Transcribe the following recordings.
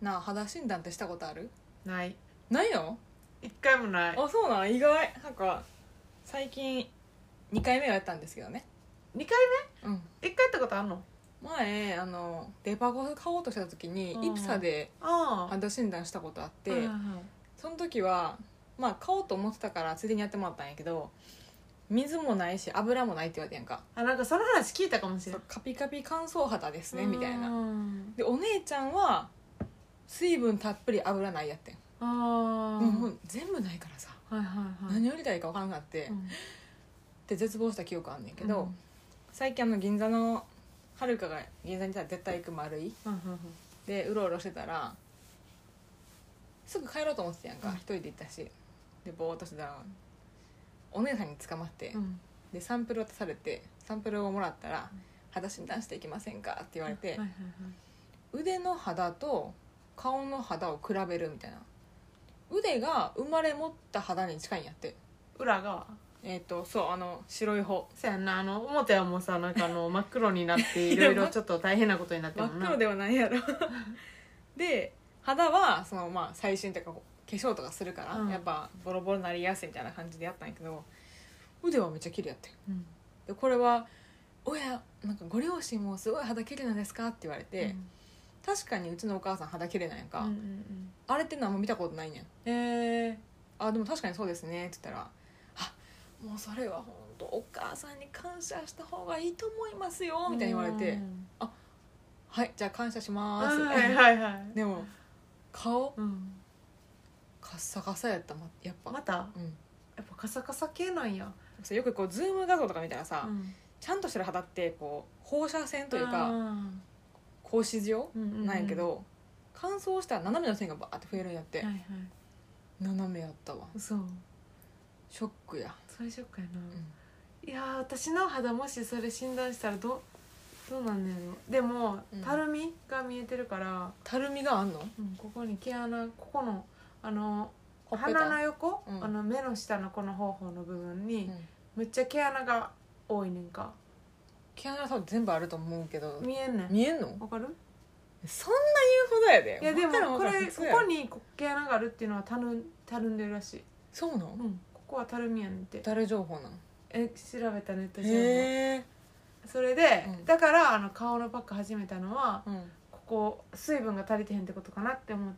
なあ、肌診断ってしたことある？ ないないの？ 一回もない。 あ、そうなん、意外。なんか最近2回目をやったんですけどね。 2回うん。 目1回やったことあんの？ 前デパコス買おうとした時にイプサでああ肌診断したことあって、 はいはいはいその時はまあ買おうと思ってたからついでにやってもらったんやけど、水もないし油もないって言われてんやんか。 なんかその話聞いたかもしれない。 カピカピ乾燥肌ですねみたいな。 うんでお姉ちゃんは水分たっぷり油ないやってん。 あもう全部ないからさ、 はいはいはい何をやりたいか分からなくなって、 うんで絶望した記憶あんねんけど、 うん最近銀座のはるかが銀座にいたら絶対行く丸いでうろうろしてたら、すぐ帰ろうと思ってたやんか、 うん一人で行ったし。でぼーっとしてたらお姉さんに捕まって、 うんでサンプル渡されて、サンプルをもらったら「肌診断していきませんか?」って言われて、 はいはいはい腕の肌と顔の肌を比べるみたいな。腕が生まれ持った肌に近いんやって。 裏がそう白い方。 そうやんな。表はもうさなんか真っ黒になっていろいろちょっと大変なことになって真るもんな。 っ黒ではないやろで肌は最新というか化粧とかするから、 うんやっぱボロボロになりやすいみたいな感じでやったんやけど、腕はめっちゃ綺麗やってん。 うんでこれはなんかご両親もすごい肌綺麗なんですかって言われて、確かにうちのお母さん肌綺麗なんやんか、 うんうんあれってのはあんま見たことないねん。 うんあでも確かにそうですねって言ったら、あもうそれは本当お母さんに感謝した方がいいと思いますよみたいに言われて、はいじゃあ感謝します、 はいはいはいでも顔うんカッサカサやった。やっぱまたうんやっぱカサカサ系なんや。 そうよくズーム画像とか見たらさ、 うんちゃんとしてる肌って放射線というか格子状なんやけど、乾燥したら斜めの線がバーって増えるんやって、 はいはい斜めやったわ。 そうショックや。 それショックやな、いやー私の肌もしそれ診断したらどうなんねやろ。でもうんたるみが見えてるから、 たるみがあんの？ ここに毛穴、ここのほっぺた鼻の横、 うん目の下のこの頬の部分に、 うんめっちゃ毛穴が多いねんか。 毛穴多分全部あると思うけど、 見えんねん。 見えんの？ わかる？ そんな言うほどやで。 いやでもわこれからんここに毛穴があるっていうのはたるんでるらしい。 そうなの？ ここはたるみやねんって誰情報なの？ 調べたネット情報。 へえ。 それで、 うんだから顔のパック始めたのは、 うん。 ここ水分が足りてへんってことかなって思って、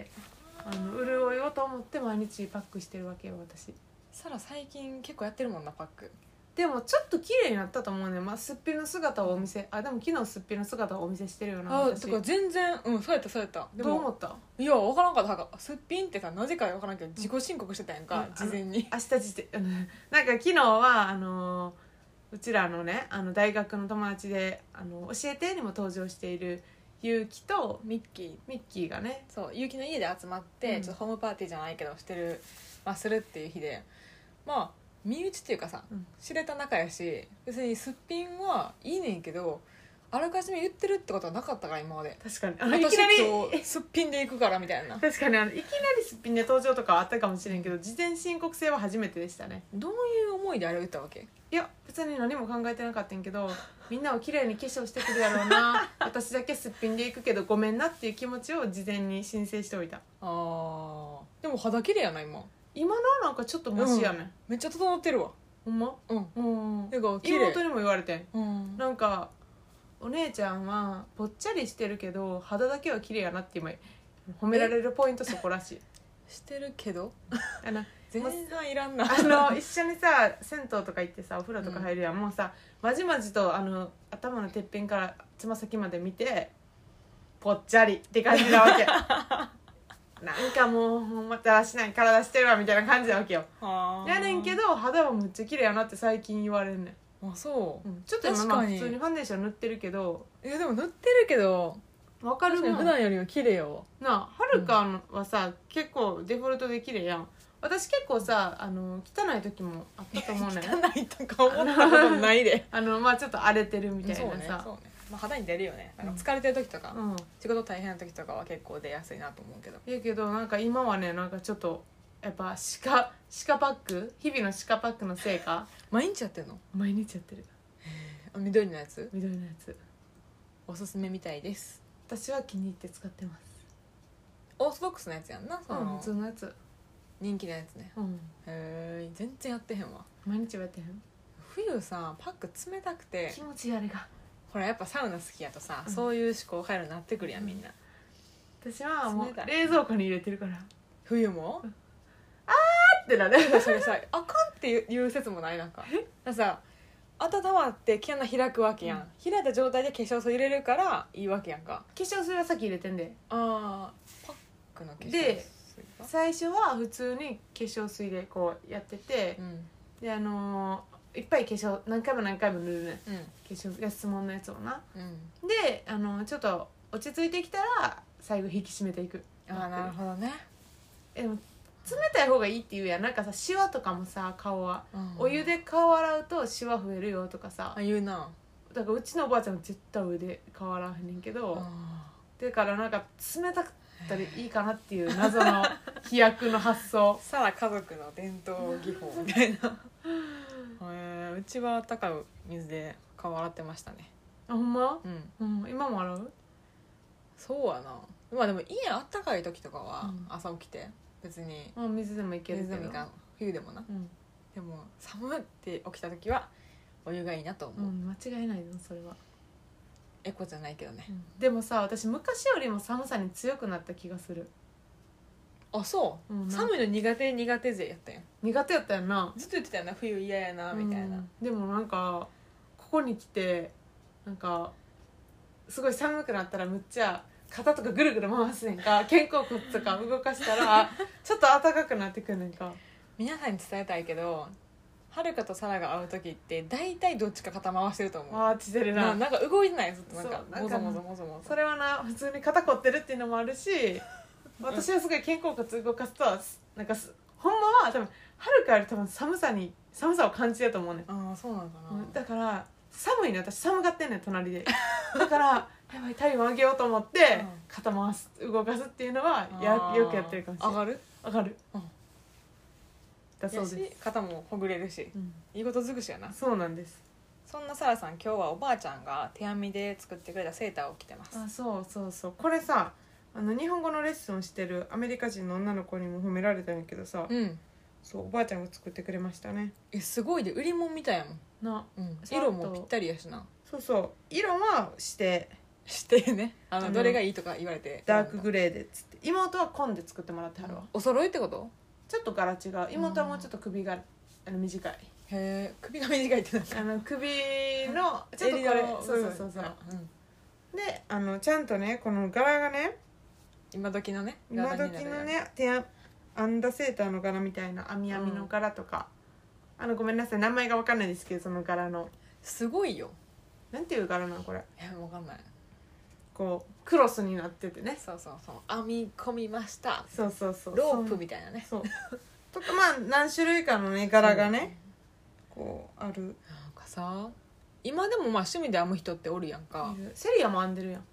潤いをと思って毎日パックしてるわけよ私。 サラ最近結構やってるもんなパック。 でもちょっと綺麗になったと思うね。すっぴんの姿をお見せ、でも昨日すっぴんの姿をお見せしてるよな私。 とか全然そうやったそうやった。でもどう思った？ いや分からんかった。なんかすっぴんってさ、なぜか分からんけど自己申告してたやんか、事前に。 明日時点なんか昨日はうちらのね大学の友達で教えてにも登場しているゆうきとミッキーがね、 ー、そうゆうきの家で集まって、ちょっとホームパーティーじゃないけどするっていう日で、まあ身内っていうかさ、知れた仲やし、別にすっぴんはいいねんけど、あらかじめ言ってるってことはなかったから今まで。 確かにい私きなり今日すっぴんで行くからみたいな。 確かにいきなりすっぴんで登場とかはあったかもしれんけど、事前申告制は初めてでしたね。 どういう思いであれを言ったわけ？ いや別に何も考えてなかったんやけど、みんなを綺麗に化粧してくるやろうな私だけすっぴんで行くけどごめんなっていう気持ちを事前に申請しておいた。 でも肌綺麗やな今。 今のなんかちょっとマシやね、 めっちゃ整ってるわ。 ほんまてか綺麗。 妹にも言われてん、 んなんかお姉ちゃんはぽっちゃりしてるけど肌だけは綺麗やなって今褒められるポイントそこらしい。 してるけど前半いらんな。 一緒にさ銭湯とか行ってさお風呂とか入るやん、もうさまじまじと頭のてっぺんからつま先まで見てぽっちゃりって感じなわけなんかもうまた足ない体してるわみたいな感じなわけよ。やねんけど肌はむっちゃ綺麗やなって最近言われんねん。 そう、 ちょっと今確かに普通にファンデーション塗ってるけど、 いやでも塗ってるけどわかるもん確かに普段よりは綺麗やわ。 なあ、はるかはさ、結構デフォルトで綺麗やん。私結構さ汚い時もあったと思うねん汚いとか思ったことないでまあちょっと荒れてるみたいそうねなさ、 そうね、まあ、肌に出るよね。なんか疲れてる時とか、 うん仕事大変な時とかは結構出やすいなと思うけど。 やけどなんか今はねなんかちょっとやっぱ鹿パック、日々の鹿パックのせいか毎日やってんの？ 毎日やってる。 緑のやつ緑のやつおすすめみたいです。 私は気に入って使ってます。 オーソドックスなやつやんな、その普通のやつ、 人気なやつね。 うん、 へえ、全然やってへんわ。 毎日はやってへん。 冬さパック冷たくて、 気持ちいいあれが。 ほらやっぱサウナ好きやとさ、 うんそういう思考回路になってくるやんみんな。 私はもう冷たい冷蔵庫に入れてるから冬もってなる。 それさあかんっていう説もない。なんかだからさ温まって毛穴開くわけやん、開いた状態で化粧水入れるからいいわけやんか。 化粧水はさっき入れてんで、 ああパックの化粧水でが最初は普通に化粧水でこうやってて、でいっぱい化粧何回も何回も塗るね、 うん化粧安物のやつをな。 うんでちょっと落ち着いてきたら最後引き締めていく。 ああなるほどね、 でも冷たい方がいいって言うやん。なんかさシワとかもさ顔は、 うんお湯で顔洗うとシワ増えるよとかさ、 あ言うな。 だからうちのおばあちゃんも絶対お湯で顔洗わへんねんけど、 あだからなんか冷たかったらいいかなっていう謎の飛躍の発想。 さら家族の伝統技法みたいなうちは温かい水で顔洗ってましたね。 あほんま、 うん今も洗う？ そうやな。まあでも家あったかい時とかはうん朝起きて別に水でもいけるけど。 水でもいいか冬でもな。 うん、 でも寒って起きた時はお湯がいいなと思う、 間違いないのそれは、 エコじゃないけどね。 でもさ私昔よりも寒さに強くなった気がする。 あそう、 うん寒いの苦手勢やったやん。 苦手やったよなずっと言ってたよな、冬嫌やなみたいな、 でもなんかここに来てなんかすごい寒くなったらむっちゃ肩とかぐるぐる回すねんか、肩甲骨とか動かしたらちょっと暖かくなってくるねんか。 皆さんに伝えたいけど、はるかとサラが会う時って大体どっちか肩回してると思う。 あーちてるな。 なんか動いてない、ずっとなんかそうなんかもぞもぞもぞもぞ。 それはな普通に肩凝ってるっていうのもあるし、私はすごい肩甲骨動かすとなんかほんまは多分はるかより多分寒さを感じてると思うねん。 ああそうなのかな、 だから寒いね、私寒がってんねん隣で。だからやばい体温上げようと思って肩回す動かすっていうのはよくやってるかもしれない。 上がる上がる、 うんだそうやしです、 肩もほぐれるし、いいこと尽くしやな。 そうなんです。 そんなサラさん、今日はおばあちゃんが手編みで作ってくれたセーターを着てます。 あそうそうそう、これさ日本語のレッスンをしてるアメリカ人の女の子にも褒められたんやけどさ、 うんそうおばあちゃんが作ってくれましたね。 すごいで、売り物みたいやもん、 な色もぴったりやしな。 そうそう色はしてしてね、 のどれがいいとか言われてダークグレーでっつって、妹は紺で作ってもらってはるわ、 お揃いってこと？ ちょっと柄違う。妹はもうちょっと首が短い、 へえ、首が短いってなんか首のちょっとこれ襟のそうそうそうそう、 うんでちゃんとねこの柄がね今時のね、 今時の柄になるね編んだセーターの柄みたいな編みの柄とか、ごめんなさい名前が分かんないですけど、その柄のすごいよ。 なんていう柄なのこれ、 分かんない。 こうクロスになっててね、 そうそうそう、編み込みました、 そうそうそう、 ロープみたいなね。 そうとかまあ何種類かのね柄がねこうある。 なんかさ、今でもまあ趣味で編む人っておるやんか。 セリアも編んでるやん。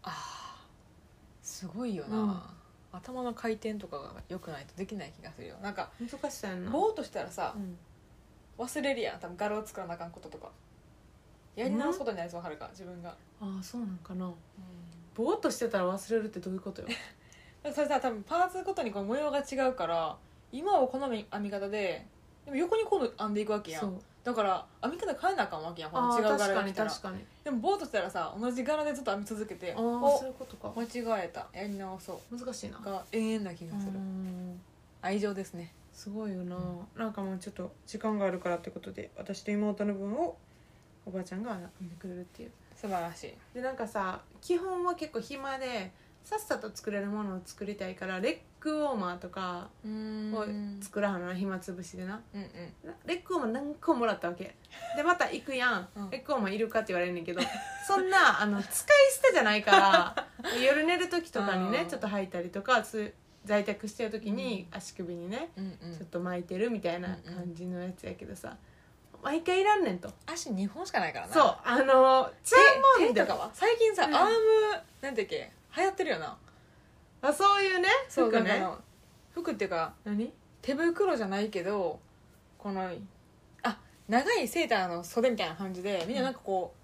すごいよな、頭の回転とかが良くないとできない気がするよ。なんか難しさやんな。 ぼーっとしたらさ、 うん忘れるやん、多分柄を作らなあかんこととか。やり直すことになりそう、はるか自分が、 ああそうなんかな。ぼーっとしてたら忘れるってどういうことよ。 それさ、多分パーツごとにこう模様が違うから、今はこの編み方でも横に今度編んでいくわけやん。だから編み方変えなあかんわけやん、この違う柄が来たら。 確かにでもぼーっとしたらさ、同じ柄でずっと編み続けて、 ああそういうことか。 間違えた、やり直そう難しいな。 が永遠な気がする。愛情ですね。 すごいよな、なんかもうちょっと時間があるからってことで私と妹の分をおばあちゃんが編んでくれるっていう。 素晴らしい。 でなんかさ基本は結構暇でさっさと作れるものを作りたいからレッグウォーマーとかを作らはんのな、暇つぶしでな。レッグウォーマー何個もらったわけで、また行くやん、レッグウォーマーいるかって言われるんだけどそんな使い捨てじゃないから夜寝る時とかにねちょっと履いたりとか、在宅してる時に足首にね、ちょっと巻いてるみたいな感じのやつやけどさ、毎回いらんねんと。 足2本しかないからな。 そうチェーンモン手とかは最近さ、アームなんていうっけ流行ってるよな。 そういうねそう服ね。 服っていうか何手袋じゃないけど、この長いセーターの袖みたいな感じでみんななんかこう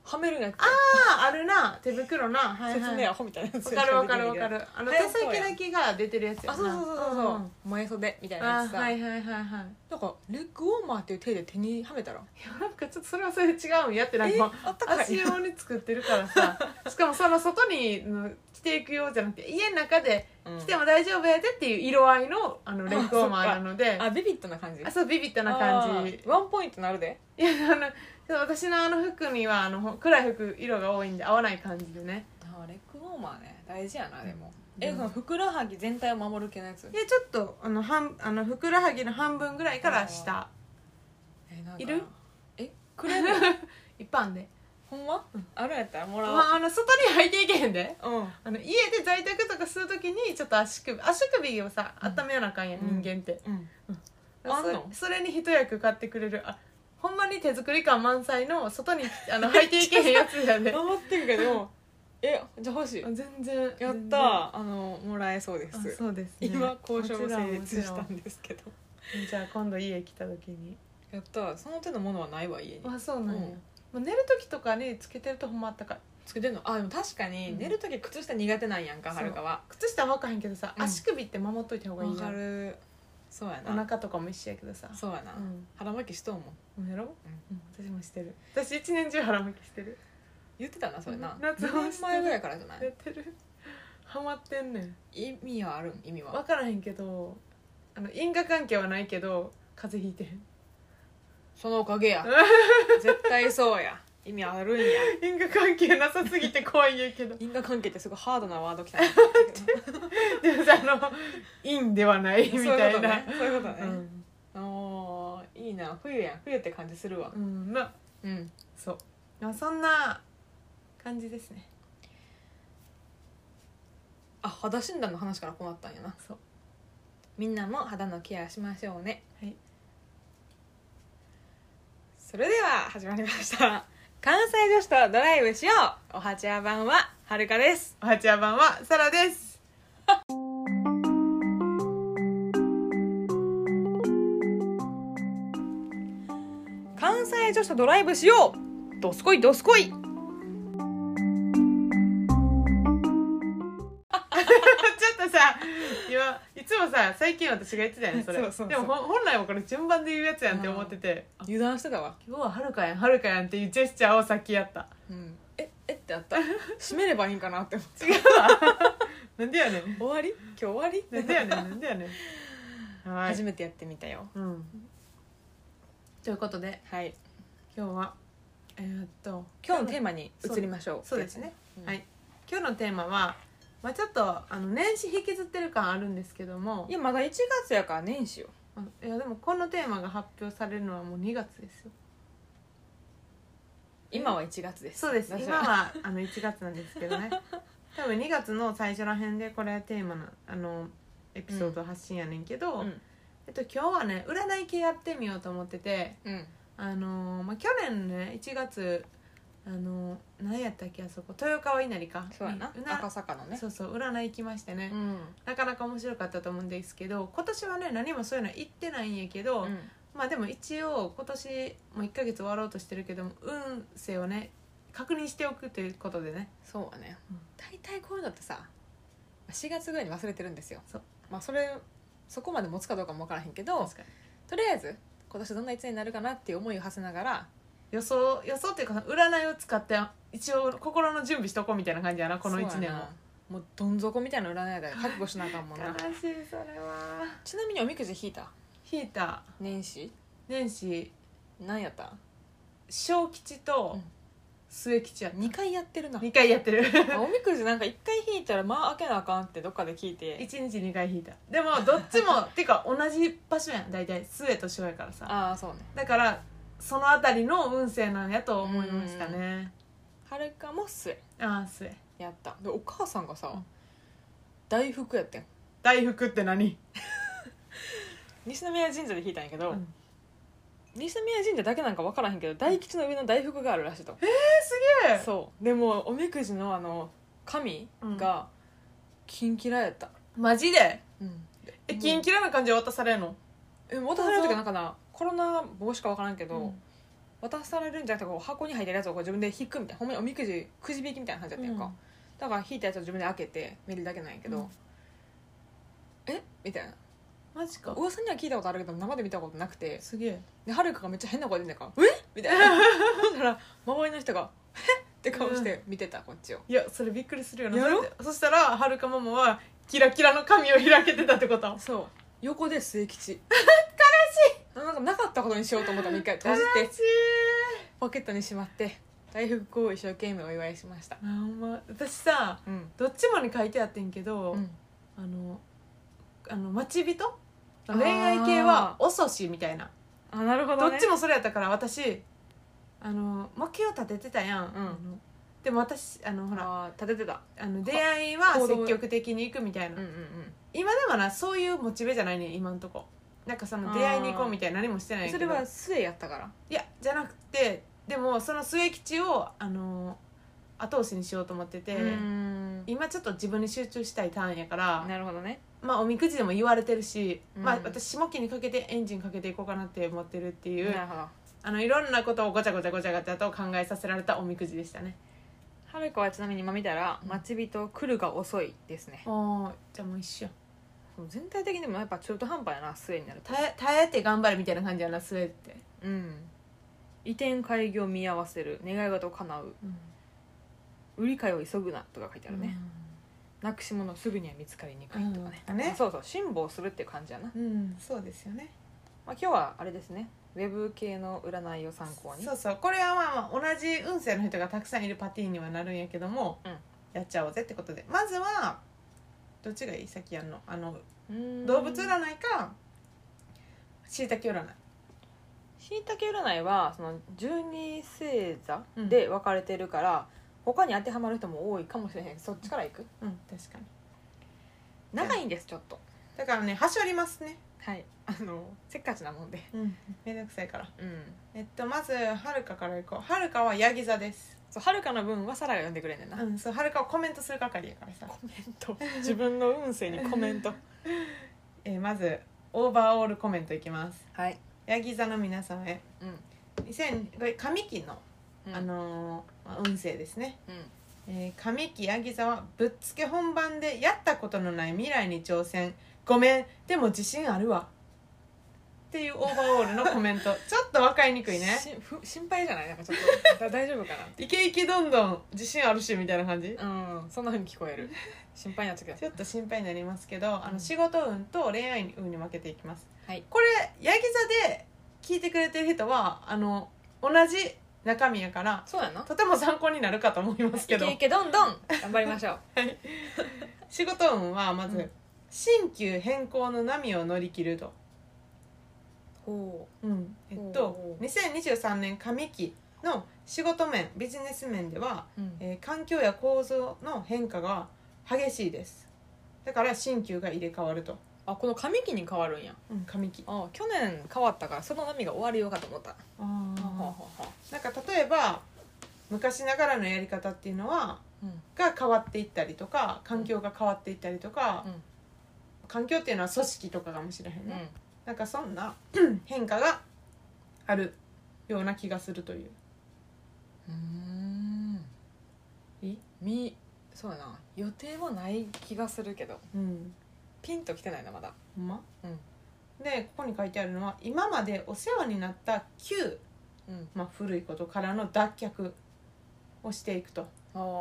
はめるやつあるな手袋な、はいはい、 説明アホみたいなやつわかるわかるわかる手先だけが出てるやつやなそう前袖みたいなやつさはいはいはいはいなんかレッグウォーマーっていう手で手にはめたらいやなんかちょっとそれはそれで違うんやってなんかあったかい足用に作ってるからさしかもその外に着ていくようじゃなくて家の中で着ても大丈夫やでっていう色合いのレッグウォーマーなのでビビッドな感じそうビビッドな感じワンポイントなるでいや私の服には暗い服色が多いんで合わない感じでねレッグウォーマーね大事やなでもそのふくらはぎ全体を守る系のやついやちょっとふくらはぎの半分ぐらいから下いるくれるいっぱいあんでほんま、あるんやったらもらおう、 外に履いていけへんで、家で在宅とかするときにちょっと足首をさ温めやなあかんやん、人間って、 あんのそれに一役買ってくれるほんまに手作り感満載の外に履いていけへんやつやで守ってるけどじゃあ欲しい全然やったもらえそうですそうですね今交渉成立したんですけどじゃあ今度家来た時にやったその手のものはないわ家にそうなんや、寝る時とかにつけてるとほんまあったかいつけてんのでも確かに寝る時靴下苦手なんやんかはるかは靴下は分からへんけどさ、足首って守っといた方がいいやんわかるそうやなお腹とかも一緒やけどさそうやな、腹巻きしとうもんやろ、私もしてる私一年中腹巻きしてる言ってたなそれな夏 2年前ぐらいからじゃないやってるハマってんねん意味はあるん意味は分からへんけど因果関係はないけど風邪ひいてへんそのおかげや絶対そうや意味あるんや因果関係なさすぎて怖いんやけど因果関係ってすごいハードなワードきたなでもさ因ではないみたいなそういうことね、いいな冬って感じするわそうそんな感じですね肌診断の話からこうなったんやなそうみんなも肌のケアしましょうねはいそれでは始まりました関西女子とドライブしようおはちゃ版ははるかですおはちゃ版はさらです関西女子とドライブしようどすこいどすこいちょっとさいつもさ最近私が言ってたよねそれそうでも本来はこれ順番で言うやつやんって思ってて油断してたわ今日ははるかやんっていうジェスチャーをさっきやった、 ってあった閉めればいいんかなって思って違うわなんでやねん終わり今日終わりなんでやねんはい初めてやってみたよということで、 はい、 今日は今日のテーマに移りましょうそうですね、はい今日のテーマはちょっと年始引きずってる感あるんですけどもいやまだ1月やから年始よいやでもこのテーマが発表されるのはもう2月ですよ今は1月ですそうです今は1月なんですけどね多分2月の最初ら辺でこれテーマのエピソード発信やねんけど、今日はね占い系やってみようと思ってて、去年ね1月何やったっけあそこ豊川稲荷かそうやな赤坂のねそう占い行きましてね、なかなか面白かったと思うんですけど今年はね何もそういうの行ってないんやけど、でも一応今年もう1ヶ月終わろうとしてるけども運勢をね確認しておくということでねそうね、大体こういうのってさ4月ぐらいに忘れてるんですよそうそこまで持つかどうかも分からへんけどとりあえず今年どんな1年になるかなっていう思いを馳せながら予想っていうか占いを使って一応心の準備しとこうみたいな感じやなこの1年ももうどん底みたいな占いだよ覚悟しなあかんもんな悲しいそれはちなみにおみくじ引いた年始何やった小吉と末吉やった 2回やってるな 2回やってるおみくじなんか1回引いたら開けなあかんってどっかで聞いて 1日2回引いたでもどっちもてか同じ場所やん大体末と小やからさそうねだからそのあたりの運勢なんやと思いましたねはるかも末末やったでお母さんがさ、大福やってん大福って何西宮神社で引いたんやけど、西宮神社だけなんか分からへんけど大吉の上の大福があるらしいとすげえそうでもおみくじの神がキンキラやった、 マジで、キンキキラな感じで渡されるの渡される時なんかなコロナ防止か分からんけど、 渡されるんじゃなくてこう箱に入ってるやつをこう自分で引くみたいな、ほんまにおみくじくじ引きみたいな感じだったやんか、だから引いたやつを自分で開けて見るだけなんやけど、えみたいな、 マジか噂には聞いたことあるけど生で見たことなくて、 すげえではるかがめっちゃ変な声でんねんから、えみたいなだから周りの人がえって顔して見てたこっちを。 いやそれびっくりするよな。 やろそしたらはるかママはキラキラの髪を開けてたってこと。 そう横で末吉悲しいなんかなかったことにしようと思ったら一回閉じてポケットにしまって大福を一生懸命お祝いしました。 私さうんどっちもに書いてあってんけど、 うん待ち人恋愛系は遅しみたいな、 あなるほどね。 どっちもそれやったから私目標立ててたやん、でも私ほら立ててた。 出会いは積極的に行くみたいな、 うんうん今でもなそういうモチベじゃないね今んとこ。なんかその出会いに行こうみたいな何もしてないけど、 それは末やったから。 いやじゃなくてでもその末吉を後押しにしようと思ってて、今ちょっと自分に集中したいターンやから、 なるほどね。 まあおみくじでも言われてるし、 うんまあ私下期にかけてエンジンかけていこうかなって思ってるっていうなるほど。 いろんなことをごちゃごちゃごちゃごちゃと考えさせられたおみくじでしたね。 はるかはちなみに今見たら待ち人来るが遅いですね。 おーじゃあもう一緒。 全体的にもやっぱ中途半端やな末になると。 耐えて頑張るみたいな感じやな末って、 移転開業見合わせる願い事を叶う売り買いを急ぐなとか書いてあるね、なくし物すぐには見つかりにくいとかね、そうそう辛抱するっていう感じやな、 そうですよね。 まあ、今日はあれですね、ウェブ系の占いを参考に。 そうそう、これはまあ同じ運勢の人がたくさんいるパティーンにはなるんやけども、やっちゃおうぜってことで、まずはどっちがいい？先やんの動物占いかしいたけ占い。 しいたけ占いはその12星座で分かれてるから、他に当てはまる人も多いかもしれへん。そっちからいく？ 確かに長いんですちょっと。 だからねはしょりますね。 はいせっかちなもんで、 めんどくさいから、まずはるかからいこう。はるかはヤギ座です。 そうはるかの分はサラが読んでくれんねんな、 そうはるかはコメントする係やからさ。 コメント自分の運勢にコメントまずオーバーオールコメントいきます。 はい。 ヤギ座の皆さんへ、これ上期の、運勢ですね、上期ヤギ座はぶっつけ本番でやったことのない未来に挑戦、ごめんでも自信あるわっていうオーバーオールのコメントちょっと分かりにくいね。 心配じゃない？なんかちょっと大丈夫かなイケイケどんどん自信あるしみたいな感じ。 そんな風に聞こえる。心配になっちゃうけどちょっと心配になりますけど、仕事運と恋愛運に分けていきます。これヤギ座で聞いてくれてる人は同じ中身やからそうやな、 とても参考になるかと思いますけど、 イケイケどんどん頑張りましょう仕事運はまず、新旧変更の波を乗り切ると。2023年上期の仕事面ビジネス面では、環境や構造の変化が激しいです。だから新旧が入れ替わると。 この上期に変わるんや。 上期去年変わったからその波が終わるようかと思った。 なんか例えば昔ながらのやり方っていうのは、が変わっていったりとか、環境が変わっていったりとか、環境っていうのは組織とかかもしれへんね、なんかそんな変化があるような気がするという。 そうやな、予定はない気がするけど、ピンときてないなまだ。でここに書いてあるのは今までお世話になった旧、古いことからの脱却をしていくと。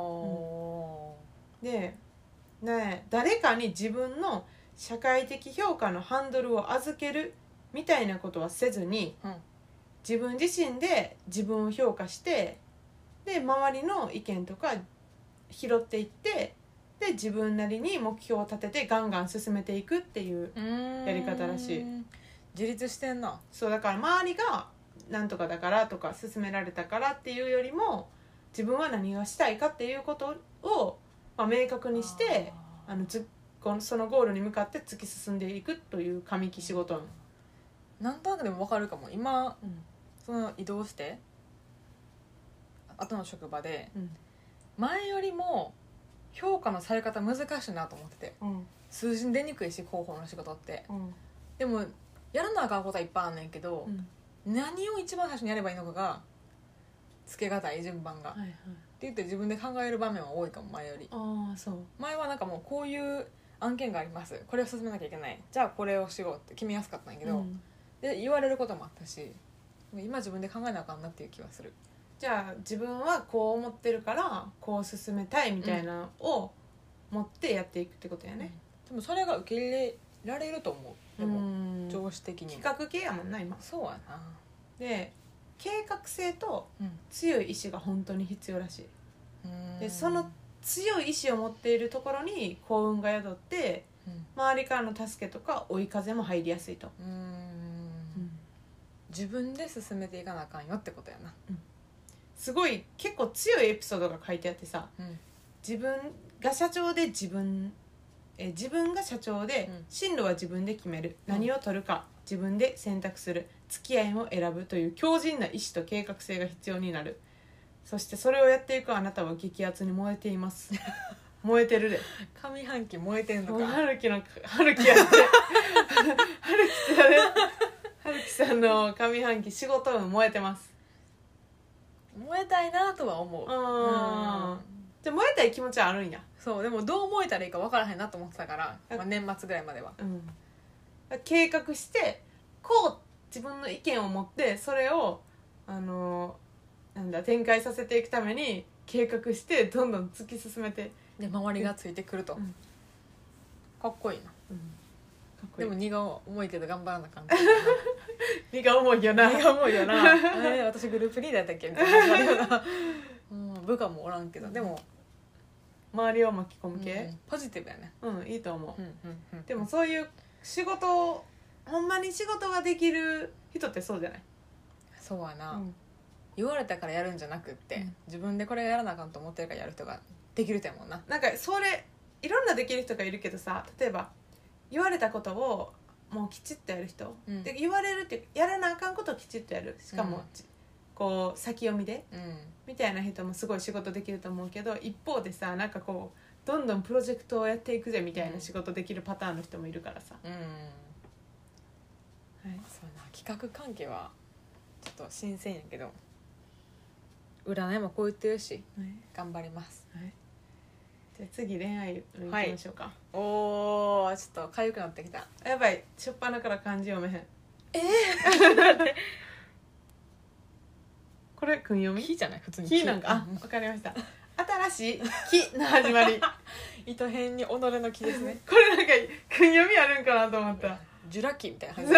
で、誰かに自分の社会的評価のハンドルを預けるみたいなことはせずに、自分自身で自分を評価して、で周りの意見とか拾っていって、で自分なりに目標を立ててガンガン進めていくっていうやり方らしい。 自立してんな。 そうだから周りがなんとかだからとか勧められたからっていうよりも、自分は何がしたいかっていうことを、明確にしてそのゴールに向かって突き進んでいくという上期仕事。 なんとなくでも分かるかも。今、その移動して後の職場で、前よりも評価のされ方難しいなと思ってて、数字に出にくいし広報の仕事って、でもやらなあかんことはいっぱいあんねんけど、何を一番最初にやればいいのかがつけがたい順番が、 はいはい、 って言って自分で考える場面は多いかも前より。 ああそう。 前はなんかもうこういう案件があります、これを進めなきゃいけない、じゃあこれをしろって決めやすかったんやけど、 うんで言われることもあったし、今自分で考えなあかんなっていう気はする。 じゃあ自分はこう思ってるからこう進めたいみたいなのを持ってやっていくってことやね、 でもそれが受け入れられると思う。でもうん上司的にも企画系やもんな今そうやな。 で、計画性とうん強い意志が本当に必要らしい。ででその強い意志を持っているところに幸運が宿って、周りからの助けとか追い風も入りやすいと、 自分で進めていかなあかんよってことやな。 すごい結構強いエピソードが書いてあってさ、 うん自分が社長で自分が社長で、 うん進路は自分で決める、 うん何を取るか自分で選択する、付き合いを選ぶという強靭な意志と計画性が必要になる。そしてそれをやっていくあなたは激アツに燃えています燃えてるで、 上半期燃えてんのもうか。 春樹やって春樹だね春樹さんの上半期仕事運燃えてます。 燃えたいなとは思う。 じゃあ燃えたい気持ちはあるんや。 そうでもどう燃えたらいいか分からへんなと思ってたから、まあ、年末ぐらいまでは。 計画してこう自分の意見を持ってそれを展開させていくために計画してどんどん突き進めて、 で周りがついてくると、かっこいいな。 かっこいい。 でも荷が重いけど頑張らなあかん荷が重いよな。 荷が重いよな私グループリーダーやったっけみたいな感じだよな部下もおらんけど、でも周りを巻き込む系、 ポジティブやね。 いいと思う、 うんうんうん、 でもそういう仕事ほんまに仕事ができる人ってそうじゃない？ そうやな、言われたからやるんじゃなくって、自分でこれやらなあかんと思ってるからやる人ができる人やもんな。 なんかそれいろんなできる人がいるけどさ、例えば言われたことをもうきちっとやる人、で言われるってやらなあかんことをきちっとやる、しかも、こう先読みで、みたいな人もすごい仕事できると思うけど、一方でさなんかこうどんどんプロジェクトをやっていくぜみたいな仕事できるパターンの人もいるからさ、 はい、そうやな。企画関係はちょっと新鮮やけど、占いもこう言ってるし、頑張ります、 じゃあ次恋愛に行きましょうか。 おーちょっと痒くなってきた。 やばい、初っ端から漢字読めへん。これ訓読み？ 木じゃない普通に木なんか、わかりました。新しい木の始まり糸辺に己の木ですねこれなんか訓読みあるんかなと思った。 ジュラ紀みたいな感じ。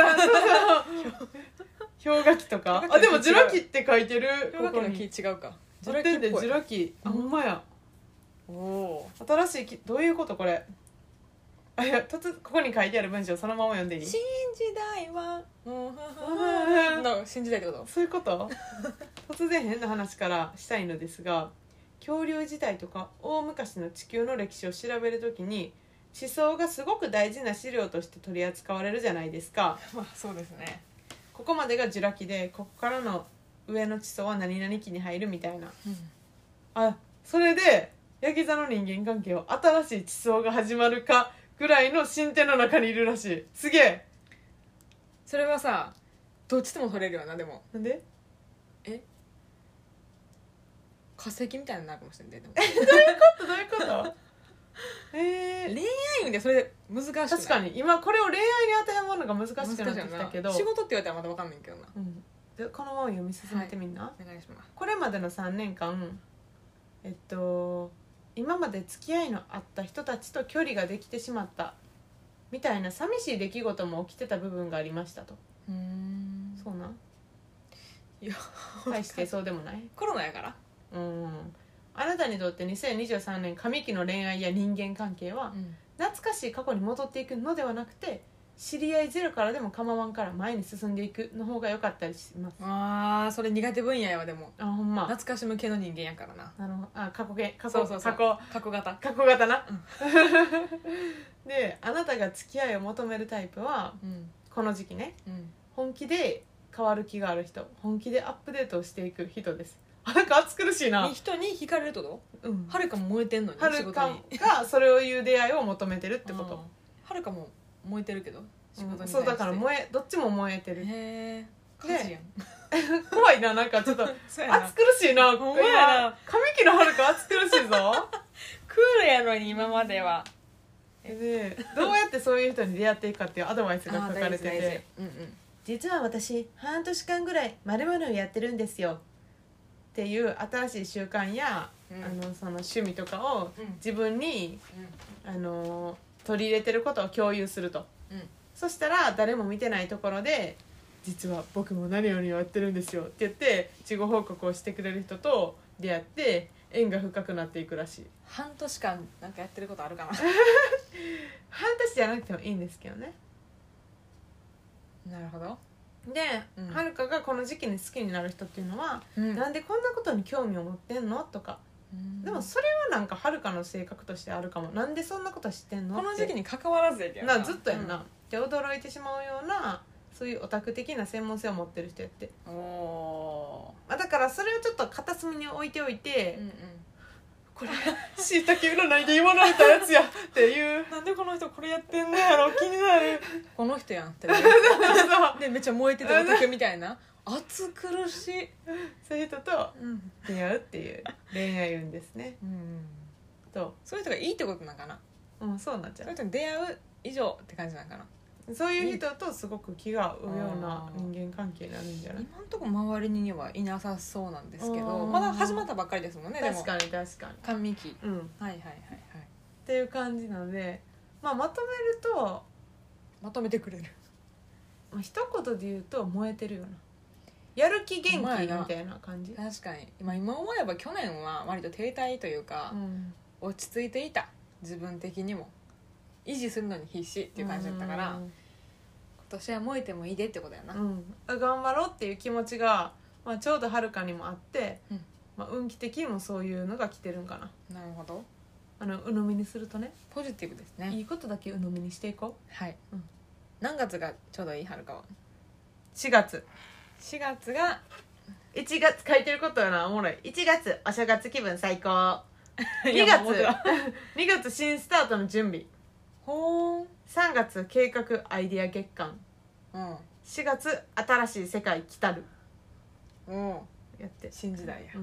氷河期とか。あ、でもジュラ紀って書いてる。 氷河期の木違うか。 ジュラ紀っぽい。ジュラ紀、あ、ほんまや。 おお。 新しい木、どういうことこれ。あ、いや、ここに書いてある文章そのまま読んでいい？ 新時代はの新時代ってこと？ そういうこと？突然変な話からしたいのですが、恐竜時代とか大昔の地球の歴史を調べるときに思想がすごく大事な資料として取り扱われるじゃないですか。 まあそうですね。 ここまでがジュラ紀で、ここからの上の地層は何々紀に入るみたいな、あ、それでヤギ座の人間関係は新しい地層が始まるかぐらいの進展の中にいるらしい。すげえ。 それはさ、どっちでも取れるよな。でもなんで？ 化石みたいになるかもしれない。でもどういうこと恋愛運でそれで難しくない？ 確かに今これを恋愛に当てはまるのが難しくなってきたけど、 仕事って言われたらまだ分かんないけどな、 でこのまま読み進めてみんな、 お願いします。 これまでの3年間今まで付き合いのあった人たちと距離ができてしまったみたいな寂しい出来事も起きてた部分がありましたと。そうなん？ いや大してそうでもない？ コロナやから。 あなたにとって2023年上期の恋愛や人間関係は、懐かしい過去に戻っていくのではなくて、知り合いゼロからでも構わんから前に進んでいくの方が良かったりします。 あーそれ苦手分野やわ。でもあ、ほんま。 懐かしむ系の人間やからな。 なるほど。あ、過去型な、で、あなたが付き合いを求めるタイプは、この時期ね、本気で変わる気がある人、本気でアップデートをしていく人です。なんか暑苦しいな。 人に惹かれるってこと？はるかも燃えてんのに。 はるかがそれを言う出会いを求めてるってこと。 はるかも燃えてるけど仕事に対して、 そうだからどっちも燃えてる。 へえ。 火事やん、 怖いな、なんかちょっとそうやな暑苦しいな。 ほんまやな今神木の遥暑苦しいぞ。 クールやのに今まではでどうやってそういう人に出会っていくかっていうアドバイスが書かれて大事て、 うんうん実は私半年間ぐらい〇〇をやってるんですよっていう新しい習慣や、その趣味とかを自分に、取り入れてることを共有すると、そしたら誰も見てないところで実は僕も何々をやってるんですよって言って自己報告をしてくれる人と出会って縁が深くなっていくらしい。 半年間なんかやってることあるかな半年じゃなくてもいいんですけどね。 なるほど、 で、 うんはるかがこの時期に好きになる人っていうのは、 うんなんでこんなことに興味を持ってんのとか、でもそれはなんかはるかの性格としてあるかも。なんでそんなこと知ってんのこの時期にに関わらずやけどなずっとやんな、で驚いてしまうようなそういうオタク的な専門性を持ってる人やって、 おだからそれをちょっと片隅に置いておいて、 うんうんこれしいたけ占いで言われたやつやっていうなんでこの人これやってんのやろ気になるこの人やんってねでめっちゃ燃えててオタクみたいな暑苦しい、 そういう人と出会うっていう恋愛運ですね。と、 そういう人がいいってことなんかな、 そうなっちゃそういう人に出会う以上って感じなんかな。 う。そういう人とすごく気が合うような人間関係になるんじゃない？ 今んとこ周りにはいなさそうなんですけど、 うんまだ始まったばっかりですもんね。 確かに確かに。 甘味期、 うん。っはいはいはいはいていう感じなので、まとめると、 まとめてくれる。 一言で言うと燃えてるような。やる気元気みうまいなたいな感じ。 確かに今思えば去年は割と停滞というか、落ち着いていた。自分的にも維持するのに必死っていう感じだったから、今年は燃えてもいいでってことやな。 頑張ろうっていう気持ちが、ちょうどはるかにもあって、運気的にもそういうのが来てるんかな。 なるほど、 鵜呑みにするとね、 ポジティブですね。 いいことだけ鵜呑みにしていこはい、 うん何月がちょうどいいはるかは？ う。4月 4月が 1月書いてることはな、おもろい。1月お正月気分最高。2 いや月もう僕は 2月新スタートの準備。 ほーん、 3月計画アイディア月間。4月新しい世界来たる。やって新時代や、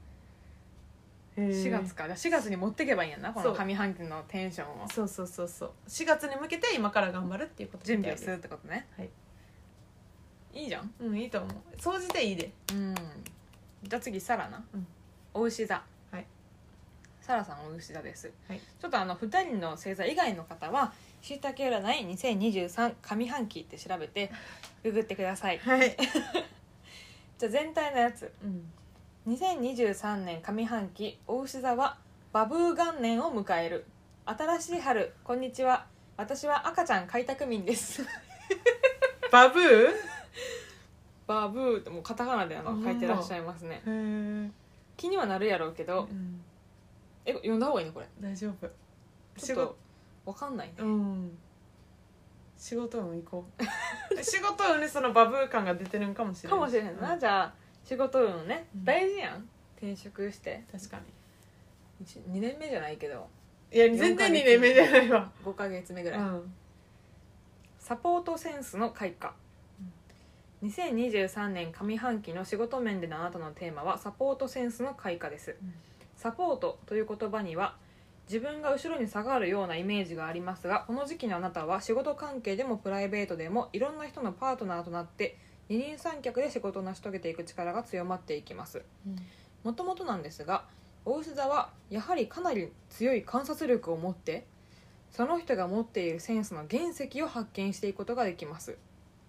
4 4月か。4月に持っていけばいいんやな、この上半期のテンションをそう4月に向けて今から頑張るっていうこと準備をするってことね。 はい、 いいじゃん。 いいと思う。総じていいで。 じゃあ次サラな、お牛座。 はい、 サラさんお牛座です、 はい、 ちょっと2人の星座以外の方はしいたけ占い2023上半期って調べてググってください。 はいじゃあ全体のやつ、2023年上半期お牛座はバブー元年を迎える。新しい春こんにちは、私は赤ちゃん開拓民ですバブーバブーってもうカタカナで書いてらっしゃいますね。気にはなるやろうけど、読んだ方がいいのこれ？ 大丈夫。 ちょっと分かんないね。 仕事運行こう仕事運にそのバブー感が出てるんかもしれない。 かもしれへんな、じゃあ仕事運ね、大事やん。転職して確か 2年目じゃないけど、 に。いや全然2年目じゃないわ。 5ヶ月目ぐらい、サポートセンスの開花。2023年上半期の仕事面でのあなたのテーマはサポートセンスの開花です、サポートという言葉には自分が後ろに下がるようなイメージがありますが、この時期のあなたは仕事関係でもプライベートでもいろんな人のパートナーとなって二人三脚で仕事を成し遂げていく力が強まっていきます。もともとなんですが、お牛座はやはりかなり強い観察力を持ってその人が持っているセンスの原石を発見していくことができます、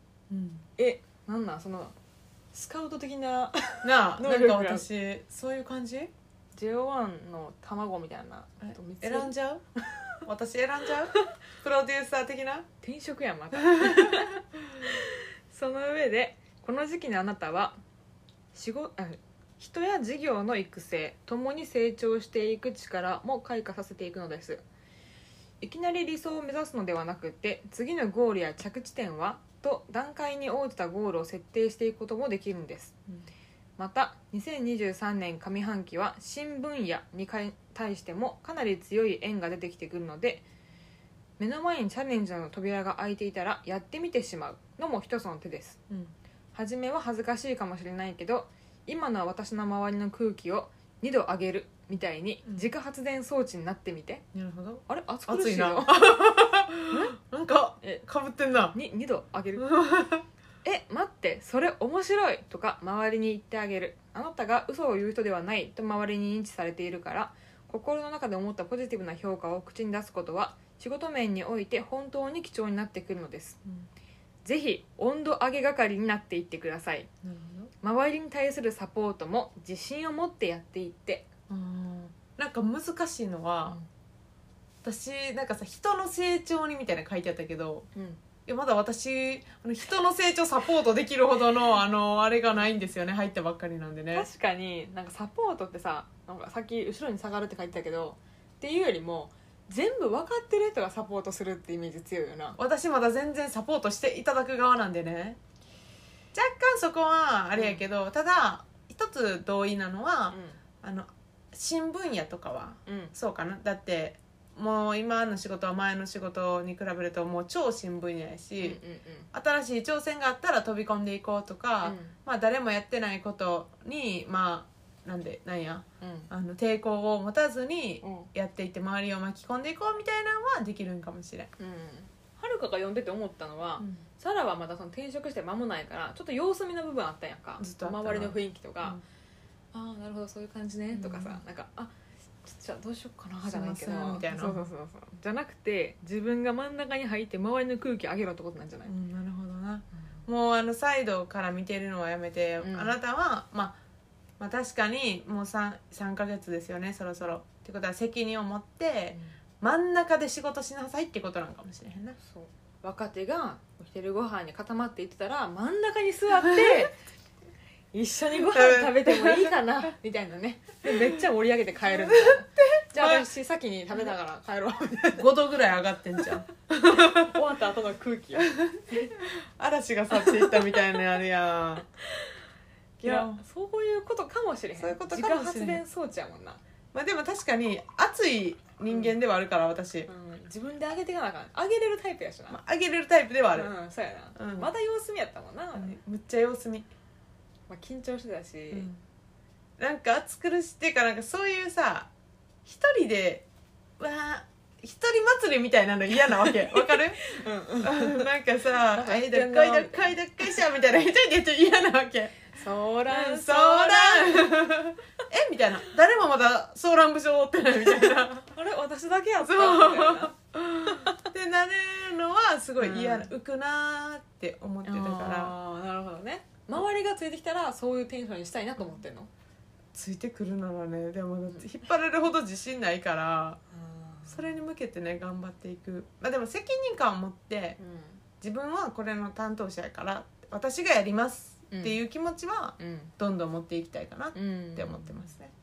なんそのスカウト的ななあ、 能なん力がか私そういう感じ。 JO1 の卵みたいな選んじゃう私選んじゃうプロデューサー的な。 転職やんまたその上でこの時期のあなたは人や事業の育成ともに成長していく力も開花させていくのです。いきなり理想を目指すのではなくて、次のゴールや着地点はと段階に応じたゴールを設定していくこともできるんです、また2023年上半期は新分野に対してもかなり強い縁が出てきてくるので、目の前にチャレンジの扉が開いていたらやってみてしまうのも一つの手です、 初めは恥ずかしいかもしれないけど今の私の周りの空気を2度上げるみたいに自家発電装置になってみて、 なるほど。 あれ暑苦しい暑いなよなんかかぶってんな。 2度上げる待ってそれ面白いとか周りに言ってあげる。あなたが嘘を言う人ではないと周りに認知されているから、心の中で思ったポジティブな評価を口に出すことは仕事面において本当に貴重になってくるのです。ぜひ温度上げ係になっていってください。 なる周りに対するサポートも自信を持ってやっていって。 ほど。なんか難しいのは、私なんかさ人の成長にみたいなの書いてあったけど、いやまだ私人の成長サポートできるほどのあれがないんですよね。入ったばっかりなんでね。 確かになんかサポートってさ、なんかさっき後ろに下がるって書いてたけどっていうよりも全部分かってる人がサポートするってイメージ強いよな。 私まだ全然サポートしていただく側なんでね、若干そこはあれやけど、ただ一つ同意なのは、新聞やとかはそうかな。だってもう今の仕事は前の仕事に比べるともう超新聞やし、新しい挑戦があったら飛び込んでいこうとか、まあ誰もやってないことに抵抗を持たずにやっていって周りを巻き込んでいこうみたいなのはできるんかもしれん。 はるかが読んでて思ったのは、サラはまだその転職して間もないからちょっと様子見の部分あったやんか。 ずっとあったな。 周りの雰囲気とか、ああなるほどそういう感じねとかさ、なんかじゃあどうしようかなじゃないけど、 みたいな。 そうじゃなくて自分が真ん中に入って周りの空気上げろってことなんじゃない？ なるほどな。もうサイドから見てるのはやめて、あなたはまあ確かにもう 3ヶ月ですよねそろそろってことは責任を持って真ん中で仕事しなさいってことなんかもしれへんな。 そう若手がお昼ご飯に固まっていってたら真ん中に座って一緒にご飯食べてもいいかなみたいなね。でめっちゃ盛り上げて帰るみたいな。じゃあ私先に食べながら帰ろうみたいな。 5度ぐらい上がってんじゃん終わった後の空気を嵐が去っていったみたいなあれやん。 いやそういうことかもしれへん。 そういうことかもしれへん。 自家発電装置やもんな。 まあでも確かに熱い人間ではあるから私、 自分で上げていかなあかん。上げれるタイプやしな、 上げれるタイプではある。 そうやな、まだ様子見やったもんな、 むっちゃ様子見、 緊張してたし、 なんか暑苦しいっていうかなんかそういうさ一人で一人祭りみたいなの嫌なわけわかるなんかさ「はいどっこいどっこいどっこいしょ」みたいな一人でやって嫌なわけ。 ソーランソーランみたいな、誰もまだソーラン節を追ってないみたいなあれ私だけやったそうみたいなってなるのはすごい嫌な、浮くなーって思ってたから。 なるほどね。周りがついてきたらそういうテンションにしたいなと思ってんの？ ついてくるならね、でも引っ張れるほど自信ないから、それに向けてね頑張っていく。まあでも責任感を持って、自分はこれの担当者やから私がやりますっていう気持ちはどんどん持っていきたいかなって思ってますね。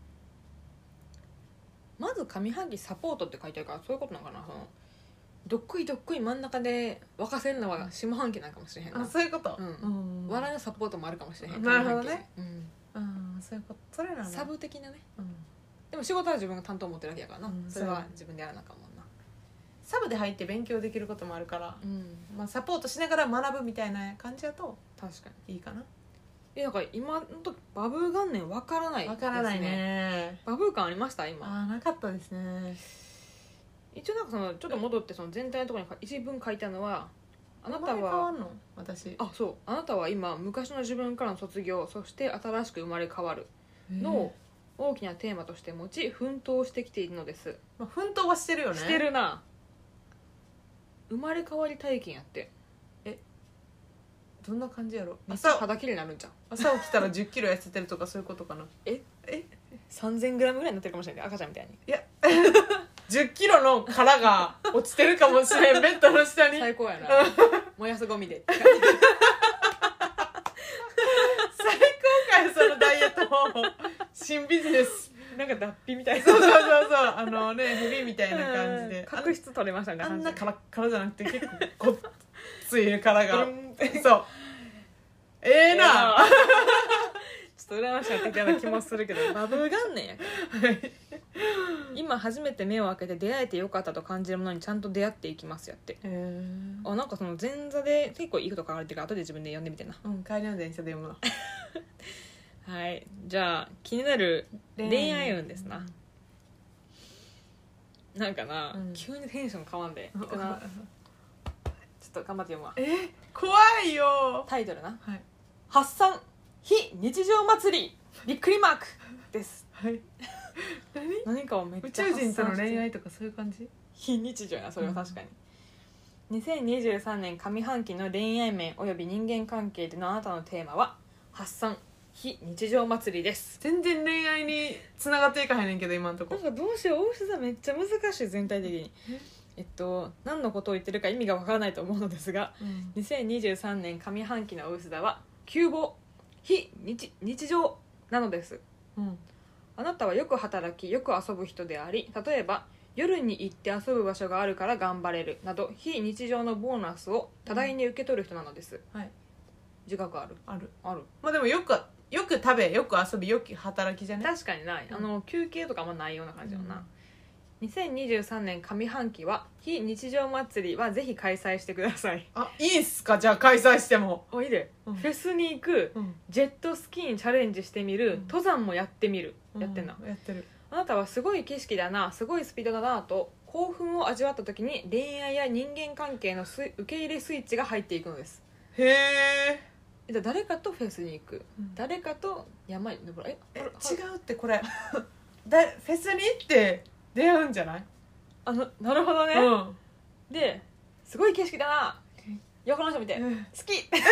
まず上半期サポートって書いてあるからそういうことなのかな。そのどっくいどっくい真ん中で沸かせるのは下半期なんかもしれへんな。 そういうこと、 笑いのサポートもあるかもしれへん。 なるほどね。そういうこと。それなのサブ的なね、でも仕事は自分が担当持ってるわけやからな、それは自分でやらなあかんもんな。 サブで入って勉強できることもあるから、サポートしながら学ぶみたいな感じだと確かにいいかな。 なんか今のとバブー元年わからないですね。 わからないね。 バブー感ありました今？ なかったですね。 一応なんかそのちょっと戻ってその全体のところに一文書いたのは、あなたは変わんの？私そうあなたは今昔の自分からの卒業、そして新しく生まれ変わるの大きなテーマとして持ち奮闘してきているのです。 奮闘はしてるよね。 してるな。生まれ変わり体験やって。 どんな感じやろ。 めっちゃ肌きれいになるんじゃん。 朝起きたら10キロ痩せてるとかそういうことかな。 3000グラムぐらいになってるかもしれない、赤ちゃんみたいに。 いや10キロの殻が落ちてるかもしれんベッドの下に。 最高やな燃やすゴミで最高かよそのダイエット方法。新ビジネス。 なんか脱皮みたいな。 そうヘビみたいな感じで角質取れましたね。 あんなカラッカラじゃなくて結構ごっつい殻がそうなちょっと羨ましかったような気もするけどバブー元年やから今初めて目を開けて出会えてよかったと感じるものにちゃんと出会っていきますやって。あ、なんかその前座で結構いいこと書かれてるから後で自分で読んでみてな。 帰りの電車で読むわ。 はい、じゃあ気になる恋愛運ですな。なんかな、急にテンション変わんでいくな。ちょっと頑張って読むわ。 怖いよ。 タイトルな、 はい、 発散非日常祭りびっくりマークです。 はい。 何かをめっ宇ちゃ宙人との恋愛とかそういう感じ？ 非日常やな、それは確かに。2023年上半期の恋愛面および人間関係でのあなたのテーマは発散非日常祭りです。 全然恋愛に繋がっていかへんねんけど今んとこ。 なんかどうしよう、大牛さんめっちゃ難しい、全体的に。何のことを言ってるか意味がわからないと思うのですが、2023年上半期の大牛座は急防非日常なのです。あなたはよく働きよく遊ぶ人であり、例えば夜に行って遊ぶ場所があるから頑張れるなど非日常のボーナスを多大に受け取る人なのです。 はい。 自覚ある？ ある。 ある。 でもよく食べよく遊びよく働きじゃね。 確かにない、休憩とかあんまないような感じだな。2023年上半期は非日常祭りはぜひ開催してください。 いいんすか？じゃあ開催しても。 いいで、フェスに行く、ジェットスキーにチャレンジしてみる、登山もやってみる、やってんな。 やってる。 あなたはすごい景色だな、すごいスピードだなと興奮を味わった時に恋愛や人間関係の受け入れスイッチが入っていくのです。 へえ。 誰かとフェスに行く、誰かと山に登る。 違うってこれフェスに行って出会うんじゃない？ なるほどね、ですごい景色だな、横の人見て、好き違うすごい景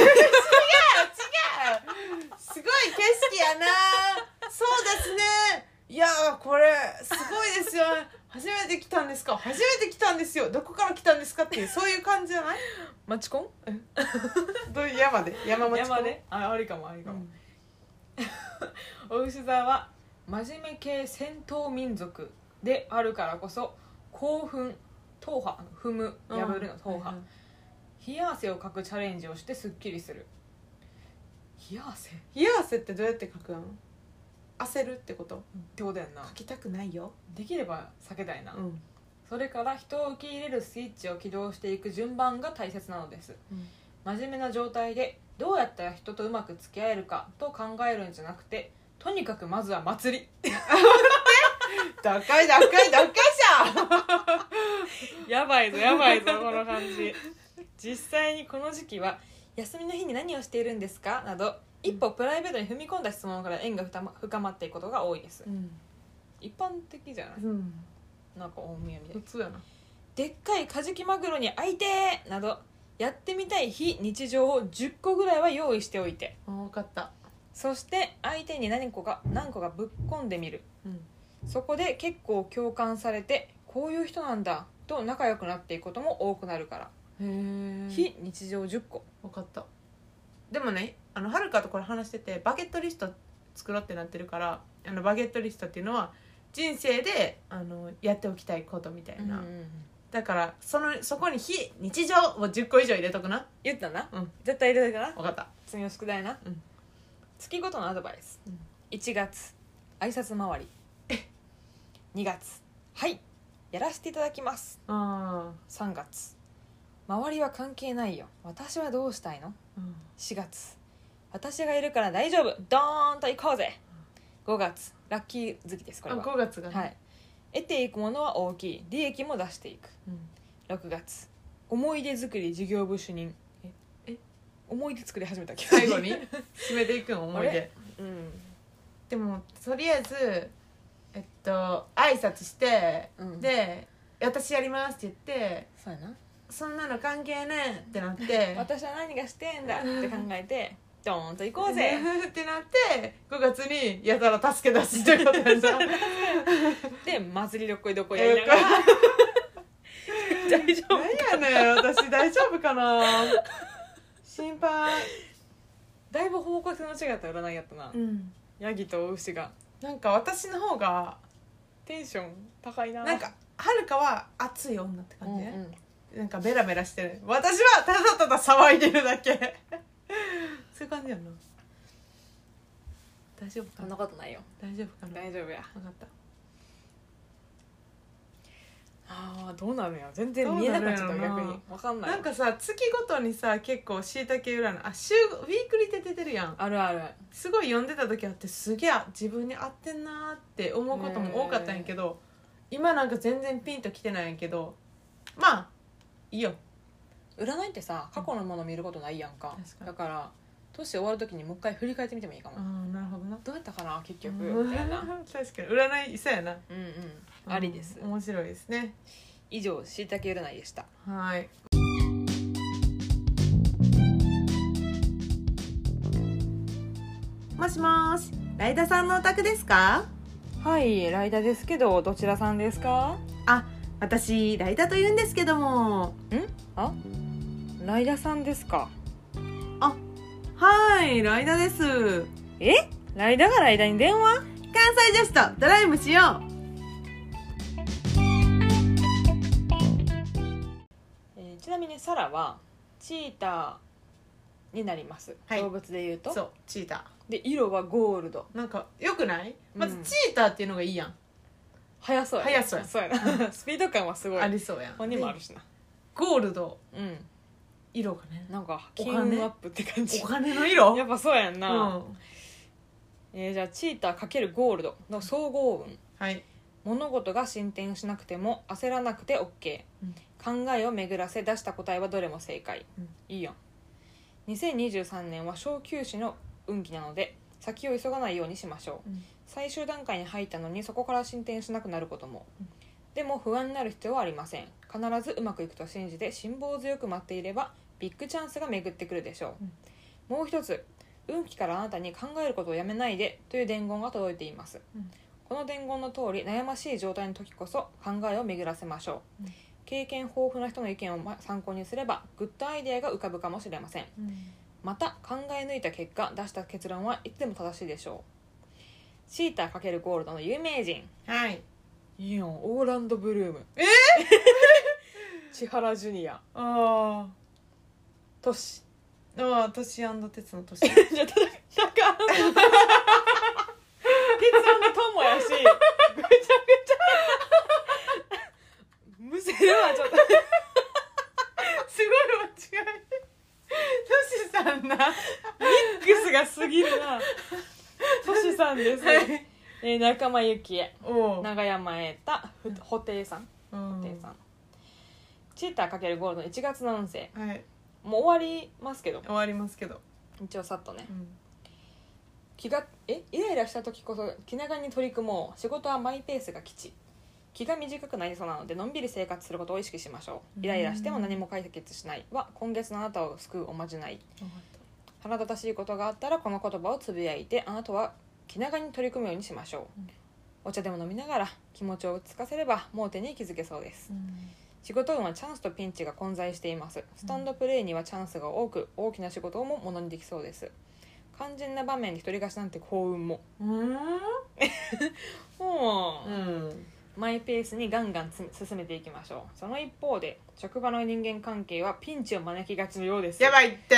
色やな。そうですね。いやこれすごいですよ。初めて来たんですか？初めて来たんですよ。どこから来たんですかっていうそういう感じじゃない？ マチコンどういう山で山町コン？ 山でありかもありかも、お牛座は真面目系戦闘民族であるからこそ興奮踏破踏む破るの踏破、冷や汗をかくチャレンジをしてスッキリする。冷や汗ってどうやって書くの？焦るってことってことやんな。 書きたくないよ。 できれば避けたいな、それから人を受け入れるスイッチを起動していく順番が大切なのです、真面目な状態でどうやったら人とうまく付き合えるかと考えるんじゃなくて、とにかくまずは祭り高いじゃんやばいぞこの感じ。実際にこの時期は休みの日に何をしているんですかなど一歩プライベートに踏み込んだ質問から縁が深まっていくことが多いです、一般的じゃない、なんか大宮みたいな。 普通やな。 でっかいカジキマグロに会いてーなどやってみたい非日常を10個ぐらいは用意しておいて、 分かった。 そして相手に何個かぶっ込んでみる、そこで結構共感されてこういう人なんだと仲良くなっていくことも多くなるから。非日常10個。 分かった。でもね、はるかとこれ話しててバケットリスト作ろうってなってるから、バケットリストっていうのは人生でやっておきたいことみたいな、だからそこに非日常を10個以上入れとくな。 言ったな、絶対入れとくな。 分かった。 次の宿題な、月ごとのアドバイス、1月挨拶回り、2月はいやらせていただきます、3月周りは関係ないよ私はどうしたいの、4月私がいるから大丈夫ドーンと行こうぜ、5月ラッキー好きです。これは 5月がね、 はい、得ていくものは大きい利益も出していく、6月思い出作り事業部主任。思い出作り始めたっけ最後に締めていくの思い出、でもとりあえず挨拶して、で私やりますって言って、 そうやな、 そんなの関係ねえってなって私は何がしてんだって考えてドーンと行こうぜってなって5月にやたら助け出すってことやなで祭りどっこいどっこいやりながら大丈夫何やねん私大丈夫かな心配。 だいぶ方向性の違った占いやったな、ヤギと牛が。 なんか私の方がテンション高いな。 なんかはるかは熱い女って感じ、なんかベラベラしてる。私はただただ騒いでるだけそういう感じやな。大丈夫かな。 そんなことないよ。 大丈夫かな。 大丈夫や。 分かった。 あーどうなるんや全然見えなかったどうなるんやろな逆に分かんないなんかさ月ごとにさ結構しいたけ占いウィークリーで出てるやんあるあるすごい読んでた時あってすげえ自分に合ってんなーって思うことも多かったんやけど、今なんか全然ピンときてないんやけどまあいいよ。 占いってさ過去のもの見ることないやんか、 確かにだから年終わる時にもう一回振り返ってみてもいいかも、 ああなるほどな。 どうやったかな結局うんみたいな確かに占いそうやな。 うんうんありです、 面白いですね。 以上しいたけ占いでした。 はいもしもしライダさんのお宅ですか？ はいライダですけどどちらさんですか？ あ、私ライダと言うんですけども。 んあライダさんですか？ あ、はいライダです。 えライダがライダに電話？ 関西女子とドライブしよう。 ちなみにサラはチーターになります、 はい、 動物でいうとそうチータで色はゴールド。 ー。なんかよくない？まずうんチーターっていうのがいいやん。 速そうやね速そうやそうやなスピード感はすごいありそうやん。 本にもあるしな。 ゴールドうん色がね。 なんかお金金運アップって感じお金の色？ やっぱそうやんな、 うん。 じゃあチーター×ゴールドの総合運。 はい。 物事が進展しなくても焦らなくて OK、考えを巡らせ出した答えはどれも正解、いいやん。2023年は小休止の運気なので先を急がないようにしましょう、最終段階に入ったのにそこから進展しなくなることも、でも不安になる必要はありません。必ずうまくいくと信じて辛抱強く待っていればビッグチャンスが巡ってくるでしょう、もう一つ運気からあなたに考えることをやめないでという伝言が届いています、この伝言の通り悩ましい状態の時こそ考えを巡らせましょう、経験豊富な人の意見を参考にすればグッドアイデアが浮かぶかもしれません、また考え抜いた結果出した結論はいつでも正しいでしょう。シーター×ゴールドの有名人。 はい。 いいよオーランド・ブルーム。千原ジュニア。 あトシ。 あトシ鉄のトシ。 じゃあなんか鉄腕の友やしぐちゃぐちゃむせるわちょっとすごい間違い。トシさんな。 ミックスが過ぎるな。トシさんです、仲間由紀恵、永山瑛太、布袋さん、布袋さん。チーター×ゴールドの1月の運勢、 はい、 もう終わりますけど終わりますけど一応さっとね、イライラした時こそ気長に取り組もう。仕事はマイペースが吉。気が短くなりそうなのでのんびり生活することを意識しましょう。イライラしても何も解決しないは今月のあなたを救うおまじない。腹立たしいことがあったらこの言葉をつぶやいてあなたは気長に取り組むようにしましょう、お茶でも飲みながら気持ちを落ち着かせれば盲点に気づけそうです、仕事運はチャンスとピンチが混在しています。スタンドプレーにはチャンスが多く大きな仕事もものにできそうです。肝心な場面に一人勝ちなんて幸運もマイペースにガンガン進めていきましょう。その一方で職場の人間関係はピンチを招きがちのようです。 やばいって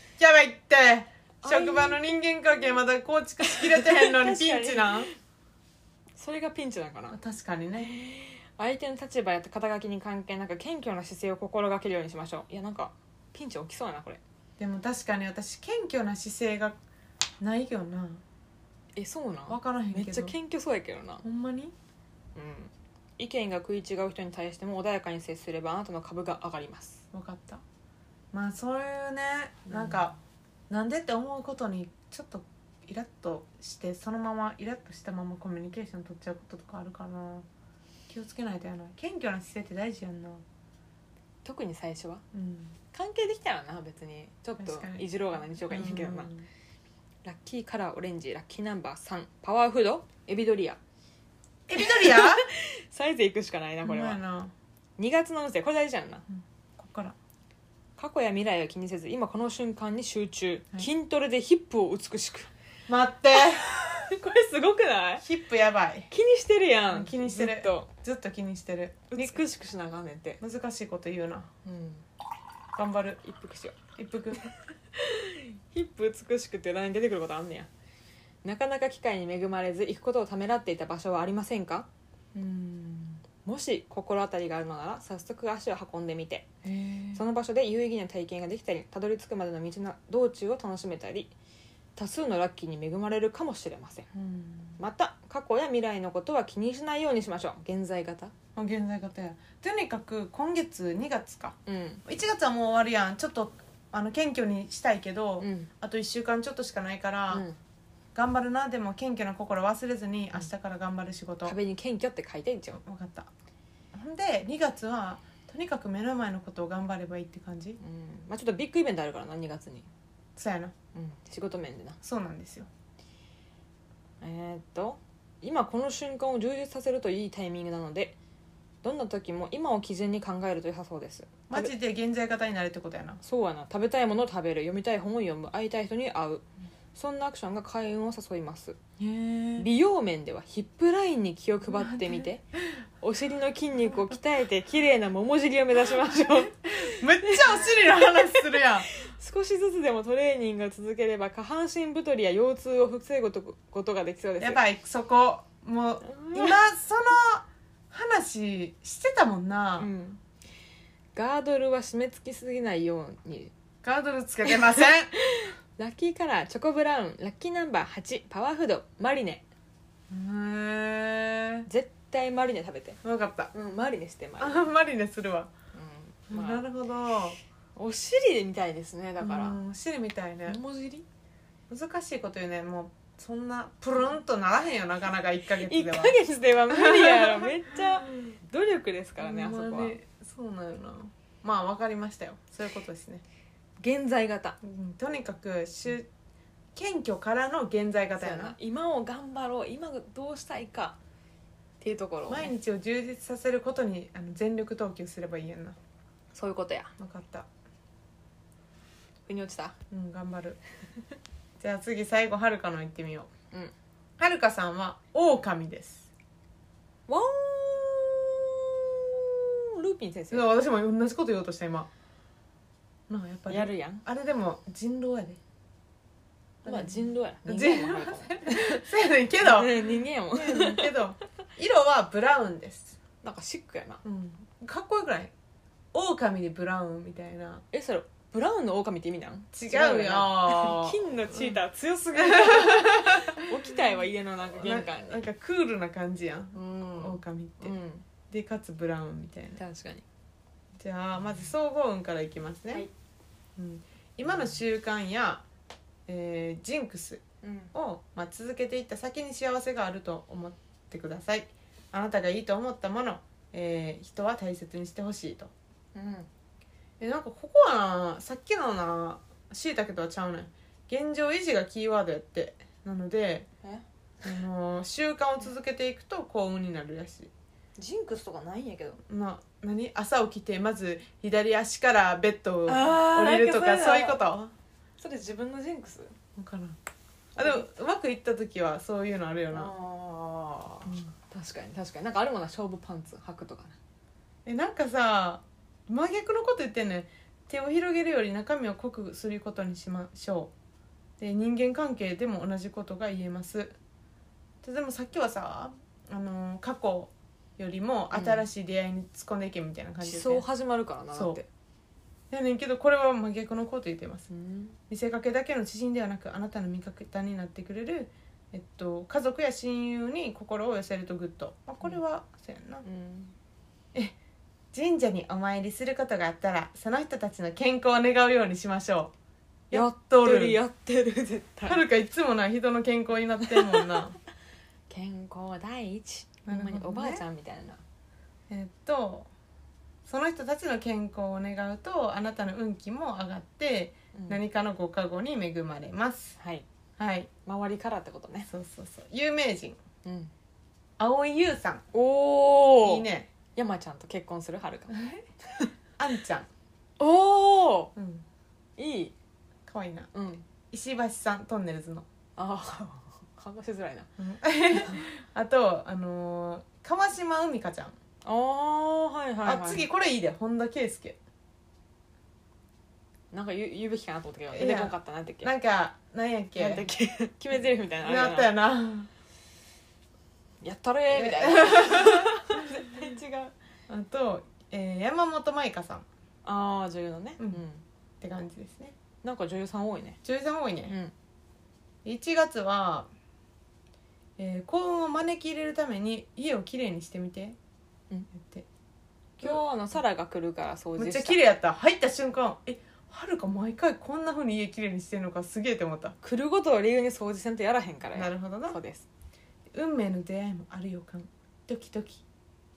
職場の人間関係まだ構築しきれてへんのにピンチなん。 それがピンチなんかな。 確かにね。 相手の立場や肩書きに関係なく謙虚な姿勢を心がけるようにしましょう。いやなんかピンチ起きそうやなこれ。 でも確かに私謙虚な姿勢がないけどな。 そうなん分からへんけどめっちゃ謙虚そうやけどな。 ほんまに。 意見が食い違う人に対しても穏やかに接すればあなたの株が上がります。 分かった。まあそういうねなんか、なんでって思うことにちょっとイラッとしてそのままイラッとしたままコミュニケーション取っちゃうこととかあるかな。気をつけないとやな。謙虚な姿勢って大事やんな。 特に最初は、関係できたらな別にちょっといじろうが何しようがいいけどな、ラッキーカラーオレンジ、ラッキーナンバー3、パワーフードエビドリア。サイズいくしかないなこれは。2月の運勢これ大事やんな、 こっから過去や未来を気にせず今この瞬間に集中、筋トレでヒップを美しく。 待ってこれすごくない？ ヒップやばい。 気にしてるやん。 気にしてる。ずっと気にしてる。 美しくしなあかんねんって。 難しいこと言うな。頑張る。 一服しよう。一服ヒップ美しくって何出てくることあんねや。なかなか機会に恵まれず行くことをためらっていた場所はありませんか？ もし心当たりがあるのなら早速足を運んでみて、 へその場所で有意義な体験ができたり、たどり着くまでの道の道中を楽しめたり、多数のラッキーに恵まれるかもしれません。また過去や未来のことは気にしないようにしましょう。現在型。 現在型や。とにかく今月2月か、 うん 1月はもう終わるやん。ちょっと謙虚にしたいけど、 うんあと1週間ちょっとしかないから、 うん、 頑張るな。でも謙虚な心忘れずに明日から頑張る仕事、 壁に謙虚って書いてんじゃん。 分かった。ほんで2月はとにかく目の前のことを頑張ればいいって感じ。 まあ、ちょっとビッグイベントあるからな、2月に、 そうやな。 仕事面でな。 そうなんですよ。 今この瞬間を充実させるといいタイミングなので、どんな時も今を基準に考えると良さそうです。 マジで現在型になるってことやな。 そうやな。食べたいものを食べる、読みたい本を読む、会いたい人に会う、そんなアクションが開運を誘います。 へえ。 美容面ではヒップラインに気を配ってみて、お尻の筋肉を鍛えて綺麗な桃尻を目指しましょう。 めっちゃお尻の話するやん。 少しずつでもトレーニングが続ければ下半身太りや腰痛を防ぐことができそうです。 やばい、そこもう今その話してたもんな、 ガードルは締め付きすぎないように。 ガードルつけてません。 ラッキーカラーチョコブラウン、ラッキーナンバー8、パワーフードマリネ。 へえ。 絶対マリネ食べて。 分かった。 マリネしてマリネ。 マリネするわ、 まあ、 なるほど。 お尻みたいですね。だからお尻みたいね。 桃尻難しいこと言うね。もうそんなプルンとならへんよ、なかなか1ヶ月 1 では。 ヶ月では無理やろ。めっちゃ努力ですからね、あそこは。 そうなんよな。まあ分かりましたよ。そういうことですね。 現在型、 とにかく謙虚からの現在型やな。 今を頑張ろう、今どうしたいかっていうところを、 毎日を充実させることに全力投球すればいいやんな。 そういうことや。 分かった。 腑に落ちた。 頑張る。じゃあ次最後はるかの行ってみよう。 うん。 はるかさんは狼です。 ワーンルーピン先生。 私も同じこと言おうとした今。なあ、やっぱりやるやん。 あれでも人狼やで。 まあ人狼や。 人人間もそうやねんけど人間やもん。 けど色はブラウンです。 なんかシックやな。 かっこよくない？狼でブラウンみたいな。 それブラウンの狼って意味なん？ 違うよ。 金のチーター強すぎる。起きたいわ、家のなんか玄関に。 なんかクールな感じやん、狼って、でかつブラウンみたいな。 確かに。 じゃあまず総合運からいきますね、 はい。 今の習慣や、ジンクスを、続けていった先に幸せがあると思ってください。あなたがいいと思ったもの、人は大切にしてほしいと。なんかここはな、さっきのなしいたけとはちゃうねん。現状維持がキーワードやって。なので習慣を続けていくと幸運になるらしい。 ジンクスとかないんやけど。 朝起きてまず左足からベッドを降りるとか、そういうこと。 それ自分のジンクスかな。でもうまくいった時はそういうのあるよな。 確かに確かに。なんかあるもんな、勝負パンツ履くとかね。なんかさ、真逆のこと言ってんねん。手を広げるより中身を濃くすることにしましょう。で、人間関係でも同じことが言えます。でもさっきはさ、過去よりも新しい出会いに突っ込んでいけみたいな感じで、 そう始まるからな。だってやねんけど、これは真逆のこと言ってます。見せかけだけの知人ではなく、あなたの味方になってくれる、家族や親友に心を寄せるとグッド。これはそうやんな。神社にお参りすることがあったら、その人たちの健康を願うようにしましょう。 やってる絶対。 はるかいつもな、人の健康になってるもんな。 健康第一。ほんまにおばあちゃんみたいな。 その人たちの健康を願うと、あなたの運気も上がって、何かのご加護に恵まれます。 はいはい。 周りからってことね。 そう。有名人、蒼井優さん。 おお。 いいね。 山ちゃんと結婚する？はるか。 あんちゃん。 おお。いい。 かわいいな。石橋さん、トンネルズの。 話しづらいな。 あと川島海香ちゃん。次これいいで、本田圭佑。 なんか言うべきかなと思ったけど出てこなかった。なんだっけ。 なんかなんやっけ。 決め台詞みたいな。 なったよな。 やったれーみたいな。絶対違あと、山本舞香さんっああ女優のね、 うんて感じですね。 なんか女優さん多いね。 女優さん多いうね。 ん 1月は、幸運を招き入れるために家をきれいにしてみて、 うんやって今日サラが来るから掃除した。 めっちゃ綺麗やった。入った瞬間はるか毎回こんな風に家きれいにしてるのかすげえって思った。 来ることを理由に掃除せんとやらへんからや。 なるほどな。 そうです。 運命の出会いもある予感、ドキドキ、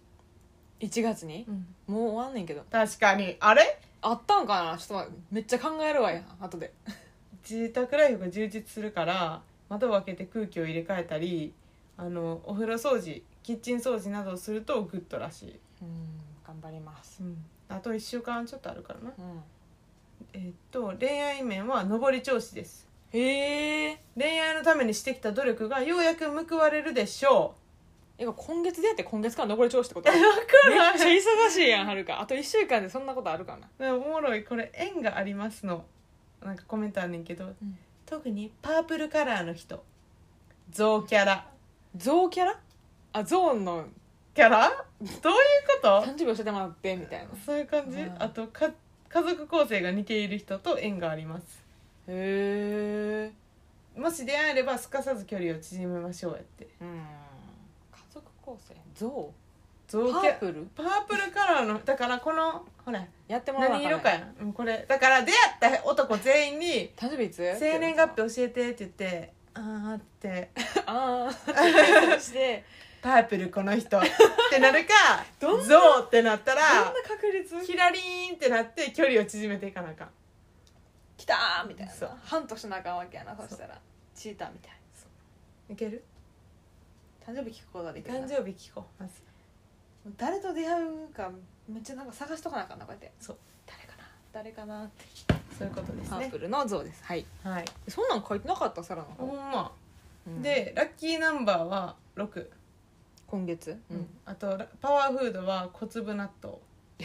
1月に、もう終わんねんけど確かにあれあったんかな。ちょっと待ってめっちゃ考えるわや後で。 自宅ライフが充実するから窓を開けて空気を入れ替えたりお風呂掃除キッチン掃除などをするとグッドらしい、 頑張ります。 あと1週間ちょっとあるからな。 うん恋愛面は上り調子です。 へえ。 恋愛のためにしてきた努力がようやく報われるでしょ今月でやって今月から上り調子ってこと？ う。分めからっちゃ忙しいやんはるか。あと1週間でそんなことあるかな。 ない。おもろい。これ縁がありますのなんかコメントあんねんけど、特にパープルカラーの人、ゾウキャラゾウキャラ？あ、ゾーンのキャラどういうこと誕生日教えてもらってみたいな。 そういう感じ、あと家族構成が似ている人と縁があります。 へえ。 もし出会えればすかさず距離を縮めましょうやって。 家族構成ゾゾウキャウパープルパープルカラーのだからこのほらやってもらわな何色かやこれだから出会った男全員に誕生日いつ？ 生年月日教えてって言ってあーってああしてパープルこの人ってなるかどんなゾウってなったどんなら確率？ キラリーンってなって距離を縮めていかなあかん。 来たーみたいな。 そうハントしなあかんわけやな。そしたらチーターみたい。 いける？ 誕生日聞くことができるな。 誕生日聞こうまず。 誰と出会うかめっちゃなんか探しとかなあかんなこうやって。 そう誰かなってそういうことですねパープ。ルの像です。はい。 はい。 そんなん書いてなかったサラのほ方、 んま。 うんでラッキーナンバーは6。 今月、 あとパワーフードは小粒納豆。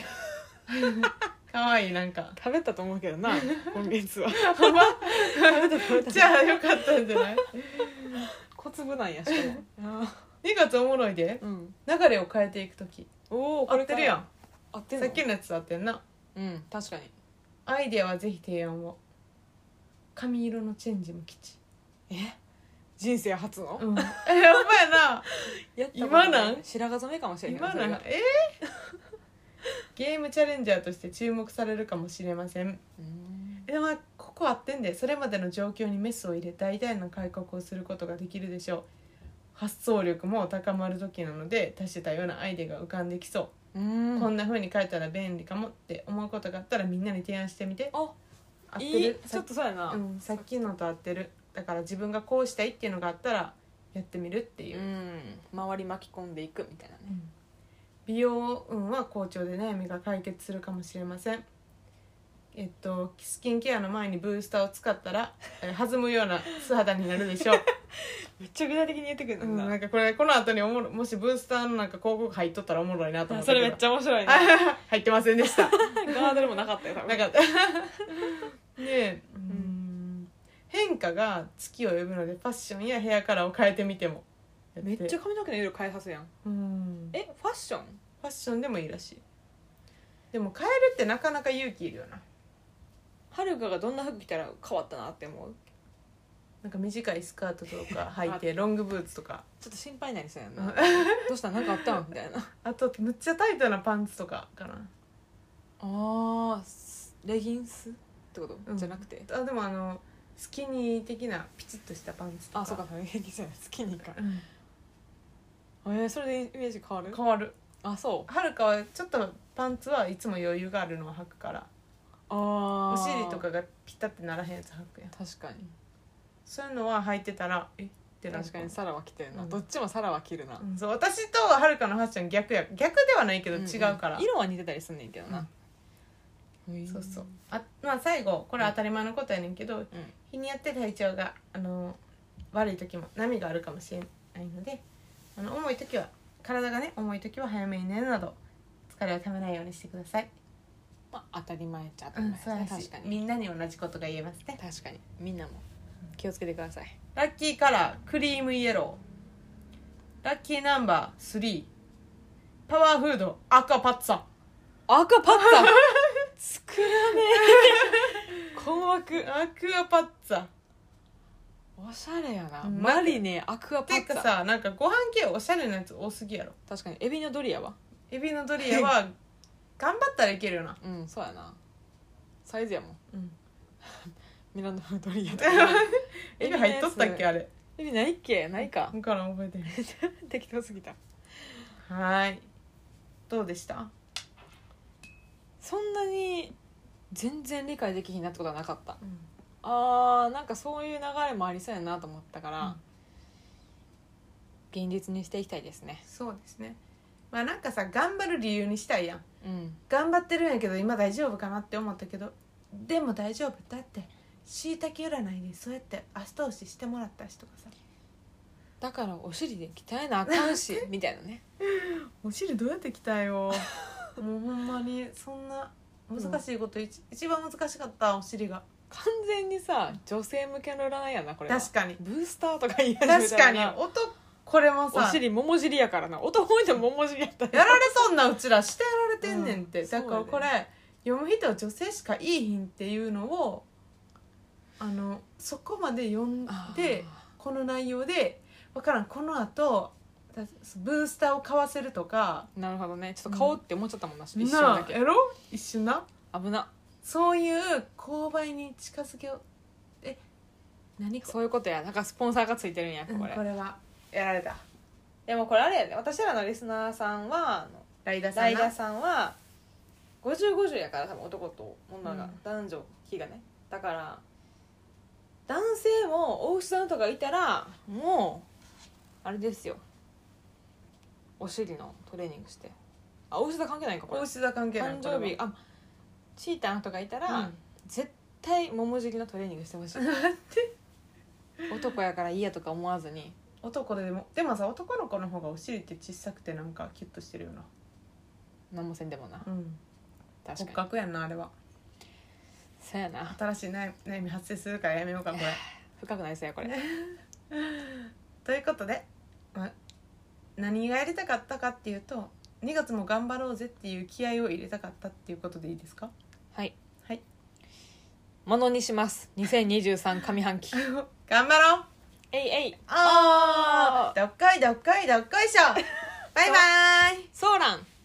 かわいいなんか。 食べたと思うけどな今月はほんま食べたじゃあよかったんじゃない？ 小粒なんやしかも 2月おもろいで。 うん流れを変えていくときおお合ってるやん。 合ってんのさっきのやつ合ってんな。 うん確かにアイデアはぜひ提案を。髪色のチェンジも吉。 人生初の、 ほんまやな。 やったこと今なん白髪染めかもしれへん今それがなんゲームチャレンジャーとして注目されるかもしれません。でもここ合ってんで、それまでの状況にメスを入れ大胆な改革をすることができるでしょう。発想力も高まる時なので多種多様なアイデアが浮かんできそう、こんな風に書いたら便利かもって思うことがあったらみんなに提案してみて。 あ合っていいる？ ちょっとそうやな、 さっきのと合ってる。だから自分がこうしたいっていうのがあったらやってみるっていう、 周り巻き込んでいくみたいなね、 美容運は好調で悩みが解決するかもしれません。スキンケアの前にブースターを使ったら、弾むような素肌になるでしょう。 めっちゃ具体的に言ってくるんだ、 なんかこれこの後にもしブースターのなんか広告入っとったらおもろいなと思ってそれめっちゃ面白いね入ってませんでした。 ガードルもなかったよ多分なかったで、変化が月を呼ぶのでファッションやヘアカラーを変えてみてもめっちゃ髪の毛の色変えさすやん。 フファッションァッションでもいいらしい。でも変えるってなかなか勇気いるよな。 はるかがどんな服着たら変わったなって思う。 なんか短いスカートとか履いてロングブーツとか、 ちょっと心配になりそうやんなどうしたんなんかあったんみたいな。 あとむっちゃタイトなパンツとかかな。 あーレギンスってこと、じゃなくてでもスキニー的なピチッとしたパンツとか。 あそうかレギンスやスキニーか、それでイメージ変わる。 変わる。 あそうはるかはちょっとパンツはいつも余裕があるのを履くから、 おお尻とかがピタってならへんやつ履くやん。 確かにそういうのは履いてたらってなる。 確かにサラは着てるな、どっちもサラは着るな、 そう私とはるかのファッション逆ではないけど違うから、 色は似てたりすんねんけどな、 そうそう。最後これ当たり前のことやねんけど、日によって体調が悪い時も波があるかもしれないので、重い時は体がね重い時は早めに寝るなど疲れをためないようにしてください。 当たり前っちゃ当たり前ですね、確かにみんなに同じことが言えますね。 確かにみんなも気をつけてください。 ラッキーカラークリームイエロー。ラッキーナンバー3。 パワーフードアクアパッツァ。 赤パッツァ作らねえ困惑。 アクアパッツァおしゃれやな、 うんマリネアクアパッツァ。 てかさ、なんかご飯系おしゃれなやつ多すぎやろ。 確かにエビのドリアはエビのドリアは頑張ったらいけるよな。 うんそうやな、サイズやもん。 うんミラノ風ドリアとかエビ入っとったっけあれ。 エビないっけ、ないかだから覚えてる。 適当すぎた。 はいどうでした？ そんなに全然理解できひんなってことはなかった。 うんなんかそういう流れもありそうやなと思ったから、現実にしていきたいですね。 そうですね。まあなんかさ頑張る理由にしたいやん。 うん頑張ってるんやけど今大丈夫かなって思ったけど、でも大丈夫だってしいたけ占いでそうやって足通ししてもらった人がさ、 だからお尻で鍛えなあかんしみたいなね。 お尻どうやって鍛えようもうほんまにそんな難しいこと、一番難しかったお尻が。 完全にさ女性向けの占いやなこれは。 確かにブースターとか言い始めたら確かになこれもさお尻桃尻やからな、男の人桃尻やったらやられとんなうちらしてやられてんねんって、 うんだからこれ、読む人は女性しかいいひんっていうのをそこまで読んでこの内容で分からん、この後ブースターを買わせるとかなるほどね、ちょっと買おうって思っちゃったもんな、一瞬なだけあやろ一瞬な、 危な。 そういう購買に近づけよう。何こそういうことや、なんかスポンサーがついてるんやれ、 これ、 これはやられた。 でもこれあれやで、私らのリスナーさんはライダさんなライダさんは50-50やから、多分男と女が、 うん男女比がね。だから男性もお牛さんとかいたらもうあれですよ、お尻のトレーニングして。あ、お牛座関係ないんかこれ。 大志田関係ない誕生日、あチーターとかいたら、 うん絶対桃尻のトレーニングしてほしい。男やからいいやとか思わずに。 男でもさ男の子の方がお尻って小さくてなんかキュッとしてるよな。 何もせんでもな、 うん確かに骨格やんなあれは。 そうやな、 新しい悩み発生するからやめようかこれ深くなりそうやこれ。 ということで、何がやりたかったかっていうと2月も頑張ろうぜっていう気合を入れたかったっていうことでいいですか？ はいはいものにします。2023上半期。 頑張ろう。 えいえい、 どっこいどっこいどっこいしょバイバイ。 ソーラン。